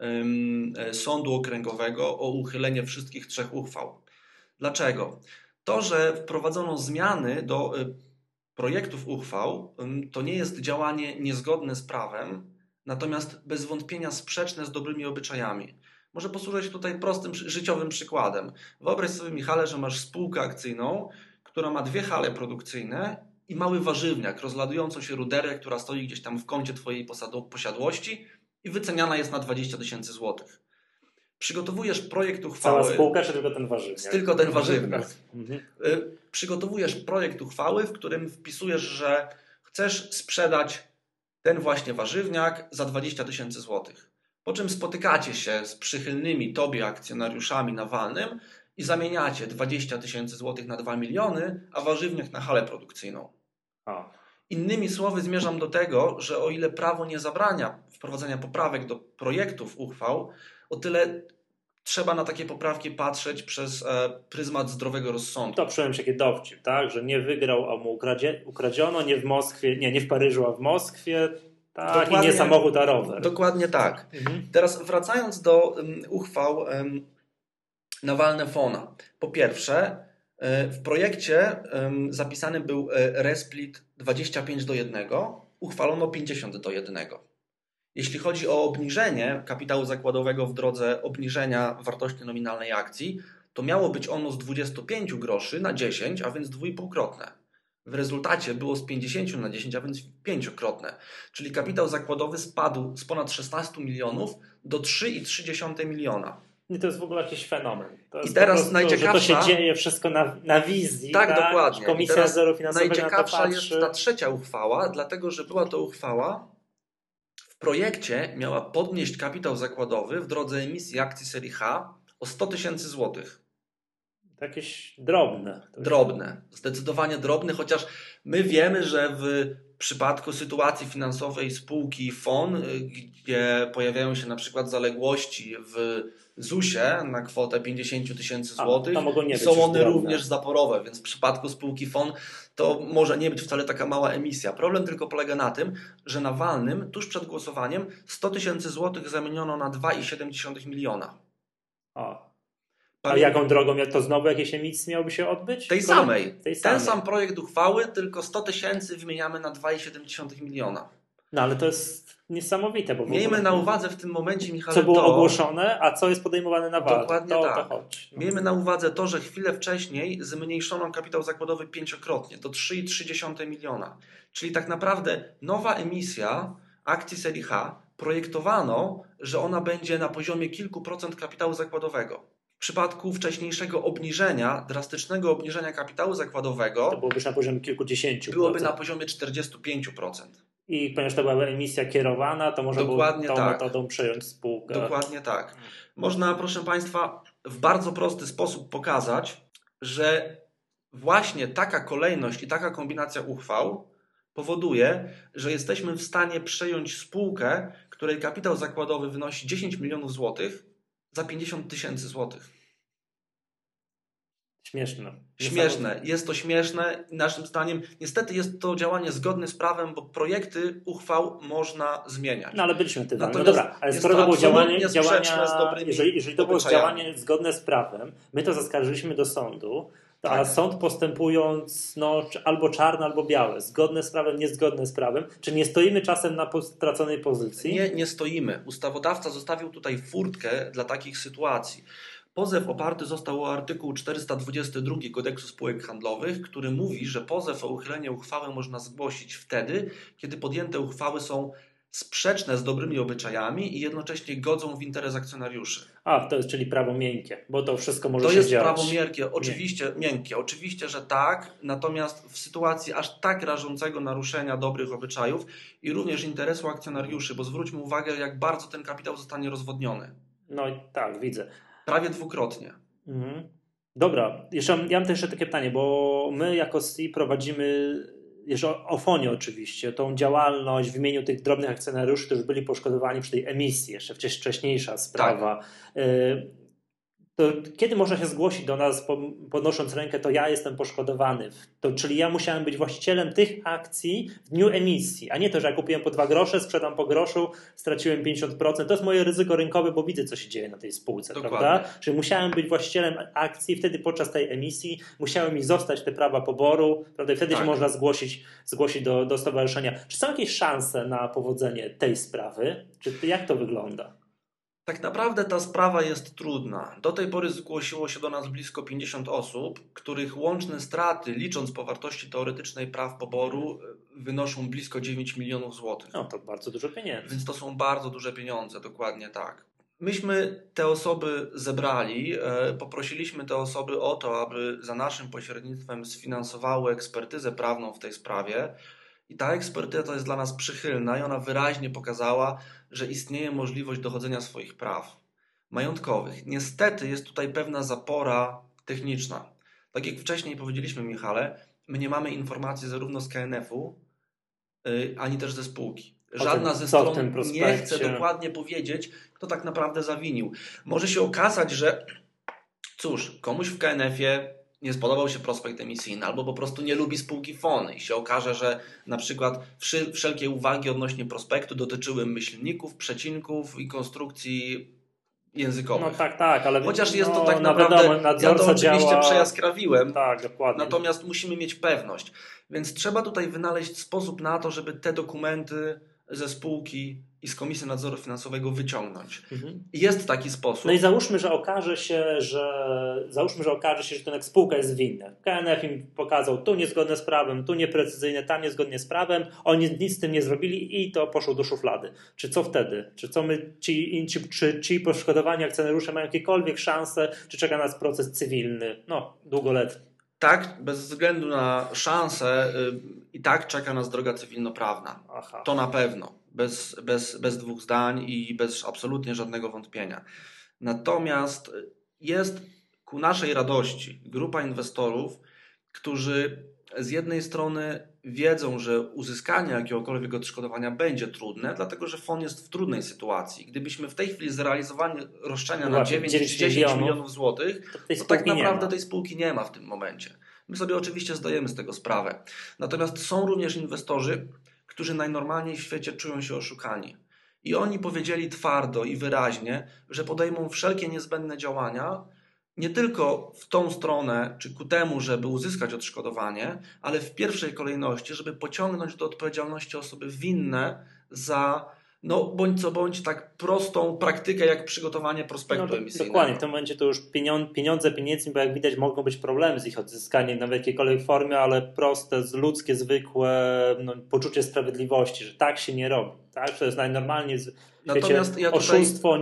Sądu Okręgowego o uchylenie wszystkich 3 uchwał. Dlaczego? To, że wprowadzono zmiany do projektów uchwał, to nie jest działanie niezgodne z prawem, natomiast bez wątpienia sprzeczne z dobrymi obyczajami. Może posłużę się tutaj prostym, życiowym przykładem. Wyobraź sobie, Michale, że masz spółkę akcyjną, która ma 2 hale produkcyjne i mały warzywniak, rozladującą się ruderę, która stoi gdzieś tam w kącie twojej posiadłości i wyceniana jest na 20 000 złotych. Przygotowujesz projekt uchwały... Cała spółka, czy tylko ten warzywniak? Tylko ten warzywniak. Przygotowujesz projekt uchwały, w którym wpisujesz, że chcesz sprzedać ten właśnie warzywniak za 20 000 złotych. Po czym spotykacie się z przychylnymi tobie akcjonariuszami na walnym i zamieniacie 20 000 złotych na 2 miliony, a warzywniak na halę produkcyjną. Innymi słowy zmierzam do tego, że o ile prawo nie zabrania wprowadzenia poprawek do projektów uchwał, o tyle trzeba na takie poprawki patrzeć przez pryzmat zdrowego rozsądku. To przyjąłem się taki dowcip, tak? Że nie wygrał, a mu ukradziono, nie w Moskwie, nie w Paryżu, a w Moskwie. Tak, dokładnie, i nie samochód, a rower. Dokładnie tak. Teraz wracając do uchwał na walne FON-a. Po pierwsze, w projekcie zapisany był resplit 25:1, uchwalono 50:1. Jeśli chodzi o obniżenie kapitału zakładowego w drodze obniżenia wartości nominalnej akcji, to miało być ono z 25 groszy na 10, a więc 2,5-krotne. W rezultacie było z 50 na 10, a więc 5-krotne. Czyli kapitał zakładowy spadł z ponad 16 milionów do 3,3 miliona. I to jest w ogóle jakiś fenomen. To jest I teraz po prostu, najciekawsza... że to się dzieje wszystko na wizji. Tak, dokładnie. Komisja Nadzoru Finansowego najciekawsza na to patrzy. jest ta trzecia uchwała, dlatego że była to uchwała w projekcie miała podnieść kapitał zakładowy w drodze emisji akcji serii H o 100 tysięcy złotych. Jakieś drobne. Drobne, zdecydowanie drobne, chociaż my wiemy, że w przypadku sytuacji finansowej spółki FON, gdzie pojawiają się na przykład zaległości w ZUS-ie na kwotę 50 tysięcy złotych, są one również zaporowe, więc w przypadku spółki FON to może nie być wcale taka mała emisja. Problem tylko polega na tym, że na walnym, tuż przed głosowaniem 100 tysięcy złotych zamieniono na 2,7 miliona. A jaką drogą? To znowu jakieś emisje miałoby się odbyć? Tej samej. Ten sam projekt uchwały, tylko 100 tysięcy wymieniamy na 2,7 miliona. No ale to jest niesamowite. Bo miejmy na uwadze w tym momencie, Michale, co było ogłoszone, a co jest podejmowane na walkę. Dokładnie tak. Miejmy na uwadze to, że chwilę wcześniej zmniejszono kapitał zakładowy 5-krotnie, do 3,3 miliona. Czyli tak naprawdę nowa emisja akcji serii H projektowano, że ona będzie na poziomie kilku procent kapitału zakładowego. W przypadku wcześniejszego obniżenia, drastycznego obniżenia kapitału zakładowego, to byłoby na poziomie kilkudziesięciu. Byłoby na poziomie 45%. I ponieważ to była emisja kierowana, to można było tą metodą przejąć spółkę. Dokładnie tak. Można, proszę Państwa, w bardzo prosty sposób pokazać, że właśnie taka kolejność i taka kombinacja uchwał powoduje, że jesteśmy w stanie przejąć spółkę, której kapitał zakładowy wynosi 10 milionów złotych, za 50 tysięcy złotych. Śmieszne. Jest to śmieszne. Naszym zdaniem niestety jest to działanie zgodne z prawem, bo projekty uchwał można zmieniać. No ale byliśmy tym. No dobra, ale skoro to było działanie jeżeli to było działanie zgodne z prawem, my to zaskarżyliśmy do sądu, tak. A sąd postępując albo czarne, albo białe, zgodne z prawem, niezgodne z prawem, czy nie stoimy czasem na straconej pozycji? Nie stoimy. Ustawodawca zostawił tutaj furtkę dla takich sytuacji. Pozew oparty został o artykuł 422 Kodeksu Spółek Handlowych, który mówi, że pozew o uchylenie uchwały można zgłosić wtedy, kiedy podjęte uchwały są sprzeczne z dobrymi obyczajami i jednocześnie godzą w interes akcjonariuszy. To jest czyli prawo miękkie, bo to wszystko może się dziać. To jest prawo miękkie, oczywiście, że tak, natomiast w sytuacji aż tak rażącego naruszenia dobrych obyczajów i również interesu akcjonariuszy, bo zwróćmy uwagę, jak bardzo ten kapitał zostanie rozwodniony. No tak, widzę. Prawie dwukrotnie. Dobra, ja mam też jeszcze takie pytanie, bo my jako SI prowadzimy, jeszcze o FON-ie oczywiście, tą działalność w imieniu tych drobnych akcjonariuszy, którzy byli poszkodowani przy tej emisji, jeszcze wcześniejsza sprawa. Tak. To kiedy można się zgłosić do nas, podnosząc rękę, to ja jestem poszkodowany. Czyli ja musiałem być właścicielem tych akcji w dniu emisji, a nie to, że ja kupiłem po 2 grosze, sprzedam po groszu, straciłem 50%. To jest moje ryzyko rynkowe, bo widzę, co się dzieje na tej spółce. Prawda? Czyli musiałem być właścicielem akcji, wtedy podczas tej emisji musiały mi zostać te prawa poboru, prawda? I wtedy się można zgłosić do stowarzyszenia. Czy są jakieś szanse na powodzenie tej sprawy? Jak to wygląda? Tak naprawdę ta sprawa jest trudna. Do tej pory zgłosiło się do nas blisko 50 osób, których łączne straty, licząc po wartości teoretycznej praw poboru, wynoszą blisko 9 milionów złotych. No to bardzo dużo pieniędzy. Więc to są bardzo duże pieniądze, dokładnie tak. Myśmy te osoby zebrali, poprosiliśmy te osoby o to, aby za naszym pośrednictwem sfinansowały ekspertyzę prawną w tej sprawie. I ta ekspertyza jest dla nas przychylna i ona wyraźnie pokazała, że istnieje możliwość dochodzenia swoich praw majątkowych. Niestety jest tutaj pewna zapora techniczna. Tak jak wcześniej powiedzieliśmy, Michale, my nie mamy informacji zarówno z KNF-u, ani też ze spółki. Żadna ze stron nie chce dokładnie powiedzieć, kto tak naprawdę zawinił. Może się okazać, że komuś w KNF-ie nie spodobał się prospekt emisyjny, albo po prostu nie lubi spółki FON i się okaże, że na przykład wszelkie uwagi odnośnie prospektu dotyczyły myślników, przecinków i konstrukcji językowych. No tak, ale chociaż jest to tak naprawdę, ja to oczywiście przejaskrawiłem, tak, dokładnie. Natomiast musimy mieć pewność. Więc trzeba tutaj wynaleźć sposób na to, żeby te dokumenty ze spółki i z Komisji Nadzoru Finansowego wyciągnąć. Jest taki sposób. No i załóżmy, że okaże się, że ten spółka jest winna. KNF im pokazał tu niezgodne z prawem, tu nieprecyzyjne, tam niezgodnie z prawem, oni nic z tym nie zrobili i to poszło do szuflady. Czy co wtedy? Czy ci poszkodowani akcjonariusze mają jakiekolwiek szanse, czy czeka nas proces cywilny, długoletni? Tak, bez względu na szanse i tak czeka nas droga cywilnoprawna. Aha. To na pewno. Bez dwóch zdań i bez absolutnie żadnego wątpienia. Natomiast jest ku naszej radości grupa inwestorów, którzy z jednej strony wiedzą, że uzyskanie jakiegokolwiek odszkodowania będzie trudne, dlatego że fond jest w trudnej sytuacji. Gdybyśmy w tej chwili zrealizowali roszczenia na 9 czy 10 milionów złotych, to tak naprawdę tej spółki nie ma w tym momencie. My sobie oczywiście zdajemy z tego sprawę. Natomiast są również inwestorzy, którzy najnormalniej w świecie czują się oszukani. I oni powiedzieli twardo i wyraźnie, że podejmą wszelkie niezbędne działania, nie tylko w tą stronę, czy ku temu, żeby uzyskać odszkodowanie, ale w pierwszej kolejności, żeby pociągnąć do odpowiedzialności osoby winne za bądź co bądź tak prostą praktykę jak przygotowanie prospektu emisyjnego. Dokładnie, w tym momencie to już pieniądze pieniędzmi, bo jak widać mogą być problemy z ich odzyskaniem na w jakiejkolwiek formie, ale proste, ludzkie, zwykłe poczucie sprawiedliwości, że tak się nie robi. Tak? To jest najnormalniej oszustwo,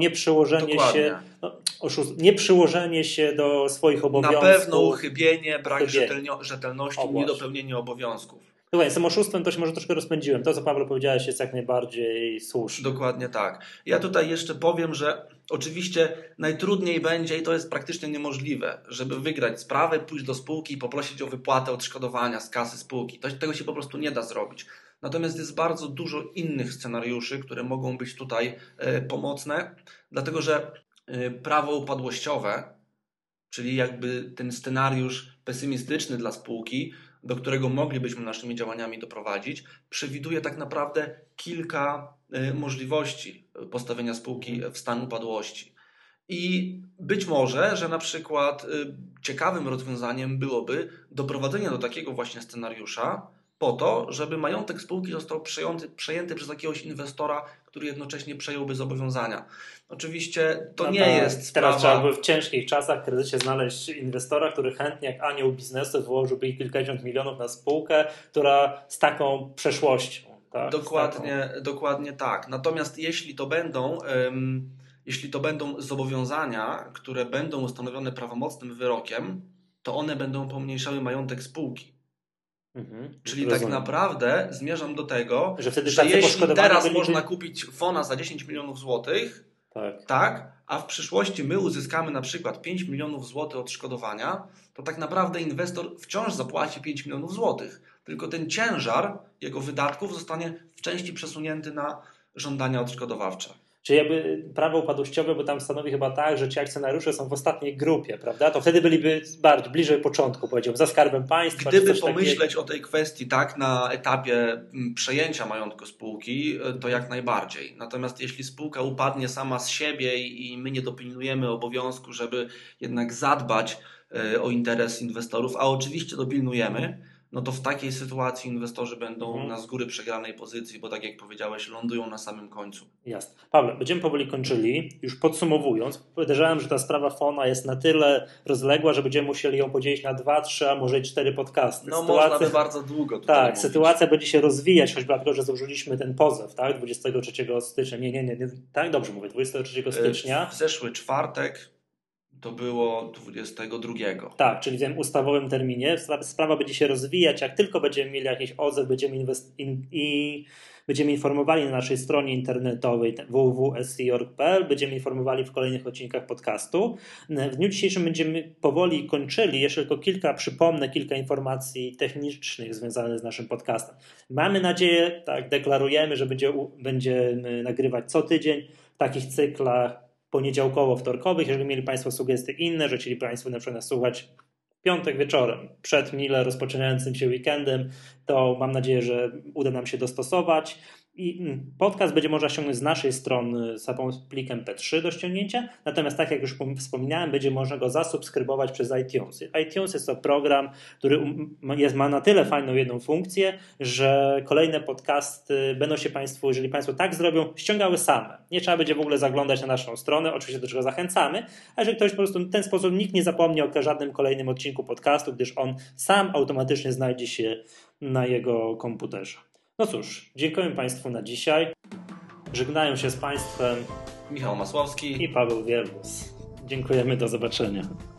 nie przyłożenie się do swoich obowiązków. Na pewno uchybienie, brak rzetelności, niedopełnienie obowiązków. Słuchaj, z tym oszustwem to się może troszkę rozpędziłem. To, co Paweł powiedziałeś, jest jak najbardziej słuszne. Dokładnie tak. Ja tutaj jeszcze powiem, że oczywiście najtrudniej będzie i to jest praktycznie niemożliwe, żeby wygrać sprawę, pójść do spółki i poprosić o wypłatę odszkodowania z kasy spółki. Tego się po prostu nie da zrobić. Natomiast jest bardzo dużo innych scenariuszy, które mogą być tutaj pomocne, dlatego że prawo upadłościowe, czyli jakby ten scenariusz pesymistyczny dla spółki, do którego moglibyśmy naszymi działaniami doprowadzić, przewiduje tak naprawdę kilka możliwości postawienia spółki w stan upadłości. I być może, że na przykład ciekawym rozwiązaniem byłoby doprowadzenie do takiego właśnie scenariusza po to, żeby majątek spółki został przejęty przez jakiegoś inwestora, który jednocześnie przejąłby zobowiązania. Oczywiście to nie jest sprawa... Teraz trzeba by w ciężkich czasach, w kryzysie znaleźć inwestora, który chętnie jak anioł biznesu wyłożyłby kilkadziesiąt milionów na spółkę, która z taką przeszłością. Tak? Dokładnie tak. Natomiast jeśli to będą zobowiązania, które będą ustanowione prawomocnym wyrokiem, to one będą pomniejszały majętek spółki. Czyli rozumiem. Tak naprawdę zmierzam do tego, że jeśli teraz można kupić fona za 10 milionów złotych, tak, a w przyszłości my uzyskamy na przykład 5 milionów złotych odszkodowania, to tak naprawdę inwestor wciąż zapłaci 5 milionów złotych. Tylko ten ciężar jego wydatków zostanie w części przesunięty na żądania odszkodowawcze. Czyli jakby prawo upadłościowe, bo tam stanowi chyba tak, że ci akcjonariusze są w ostatniej grupie, prawda? To wtedy byliby bliżej początku, powiedziałbym, za Skarbem Państwa. Gdyby pomyśleć o tej kwestii tak na etapie przejęcia majątku spółki, to jak najbardziej. Natomiast jeśli spółka upadnie sama z siebie i my nie dopilnujemy obowiązku, żeby jednak zadbać o interes inwestorów, a oczywiście dopilnujemy, no to w takiej sytuacji inwestorzy będą na z góry przegranej pozycji, bo tak jak powiedziałeś, lądują na samym końcu. Jasne. Pawle, będziemy powoli kończyli. Już podsumowując, podejrzewam, że ta sprawa Fona jest na tyle rozległa, że będziemy musieli ją podzielić na 2, 3, a może i 4 podcasty. Można by bardzo długo tutaj Tak, mówić. sytuacja będzie się rozwijać, choćby dlatego, że złożyliśmy ten pozew, tak? 23 stycznia. Nie. Tak, dobrze mówię, 23 stycznia. W zeszły czwartek. To było 22. Tak, czyli w tym ustawowym terminie. Sprawa będzie się rozwijać. Jak tylko będziemy mieli jakiś odzew, będziemy informowali na naszej stronie internetowej www.sc.org.pl. Będziemy informowali w kolejnych odcinkach podcastu. W dniu dzisiejszym będziemy powoli kończyli. Jeszcze tylko kilka informacji technicznych związanych z naszym podcastem. Mamy nadzieję, tak deklarujemy, że będziemy nagrywać co tydzień w takich cyklach poniedziałkowo-wtorkowych. Jeżeli mieli Państwo sugestie inne, że chcieli Państwo na przykład nas słuchać w piątek wieczorem, przed mile rozpoczynającym się weekendem, to mam nadzieję, że uda nam się dostosować podcast będzie można ściągnąć z naszej strony z plikiem P3 do ściągnięcia, natomiast tak jak już wspominałem, będzie można go zasubskrybować przez iTunes. iTunes jest to program, który ma na tyle fajną jedną funkcję, że kolejne podcasty będą się Państwu, jeżeli Państwo tak zrobią, ściągały same. Nie trzeba będzie w ogóle zaglądać na naszą stronę, oczywiście do czego zachęcamy, a jeżeli ktoś po prostu w ten sposób nikt nie zapomni o żadnym kolejnym odcinku podcastu, gdyż on sam automatycznie znajdzie się na jego komputerze. No cóż, dziękuję Państwu na dzisiaj. Żegnają się z Państwem Michał Masłowski i Paweł Wierbus. Dziękujemy, do zobaczenia.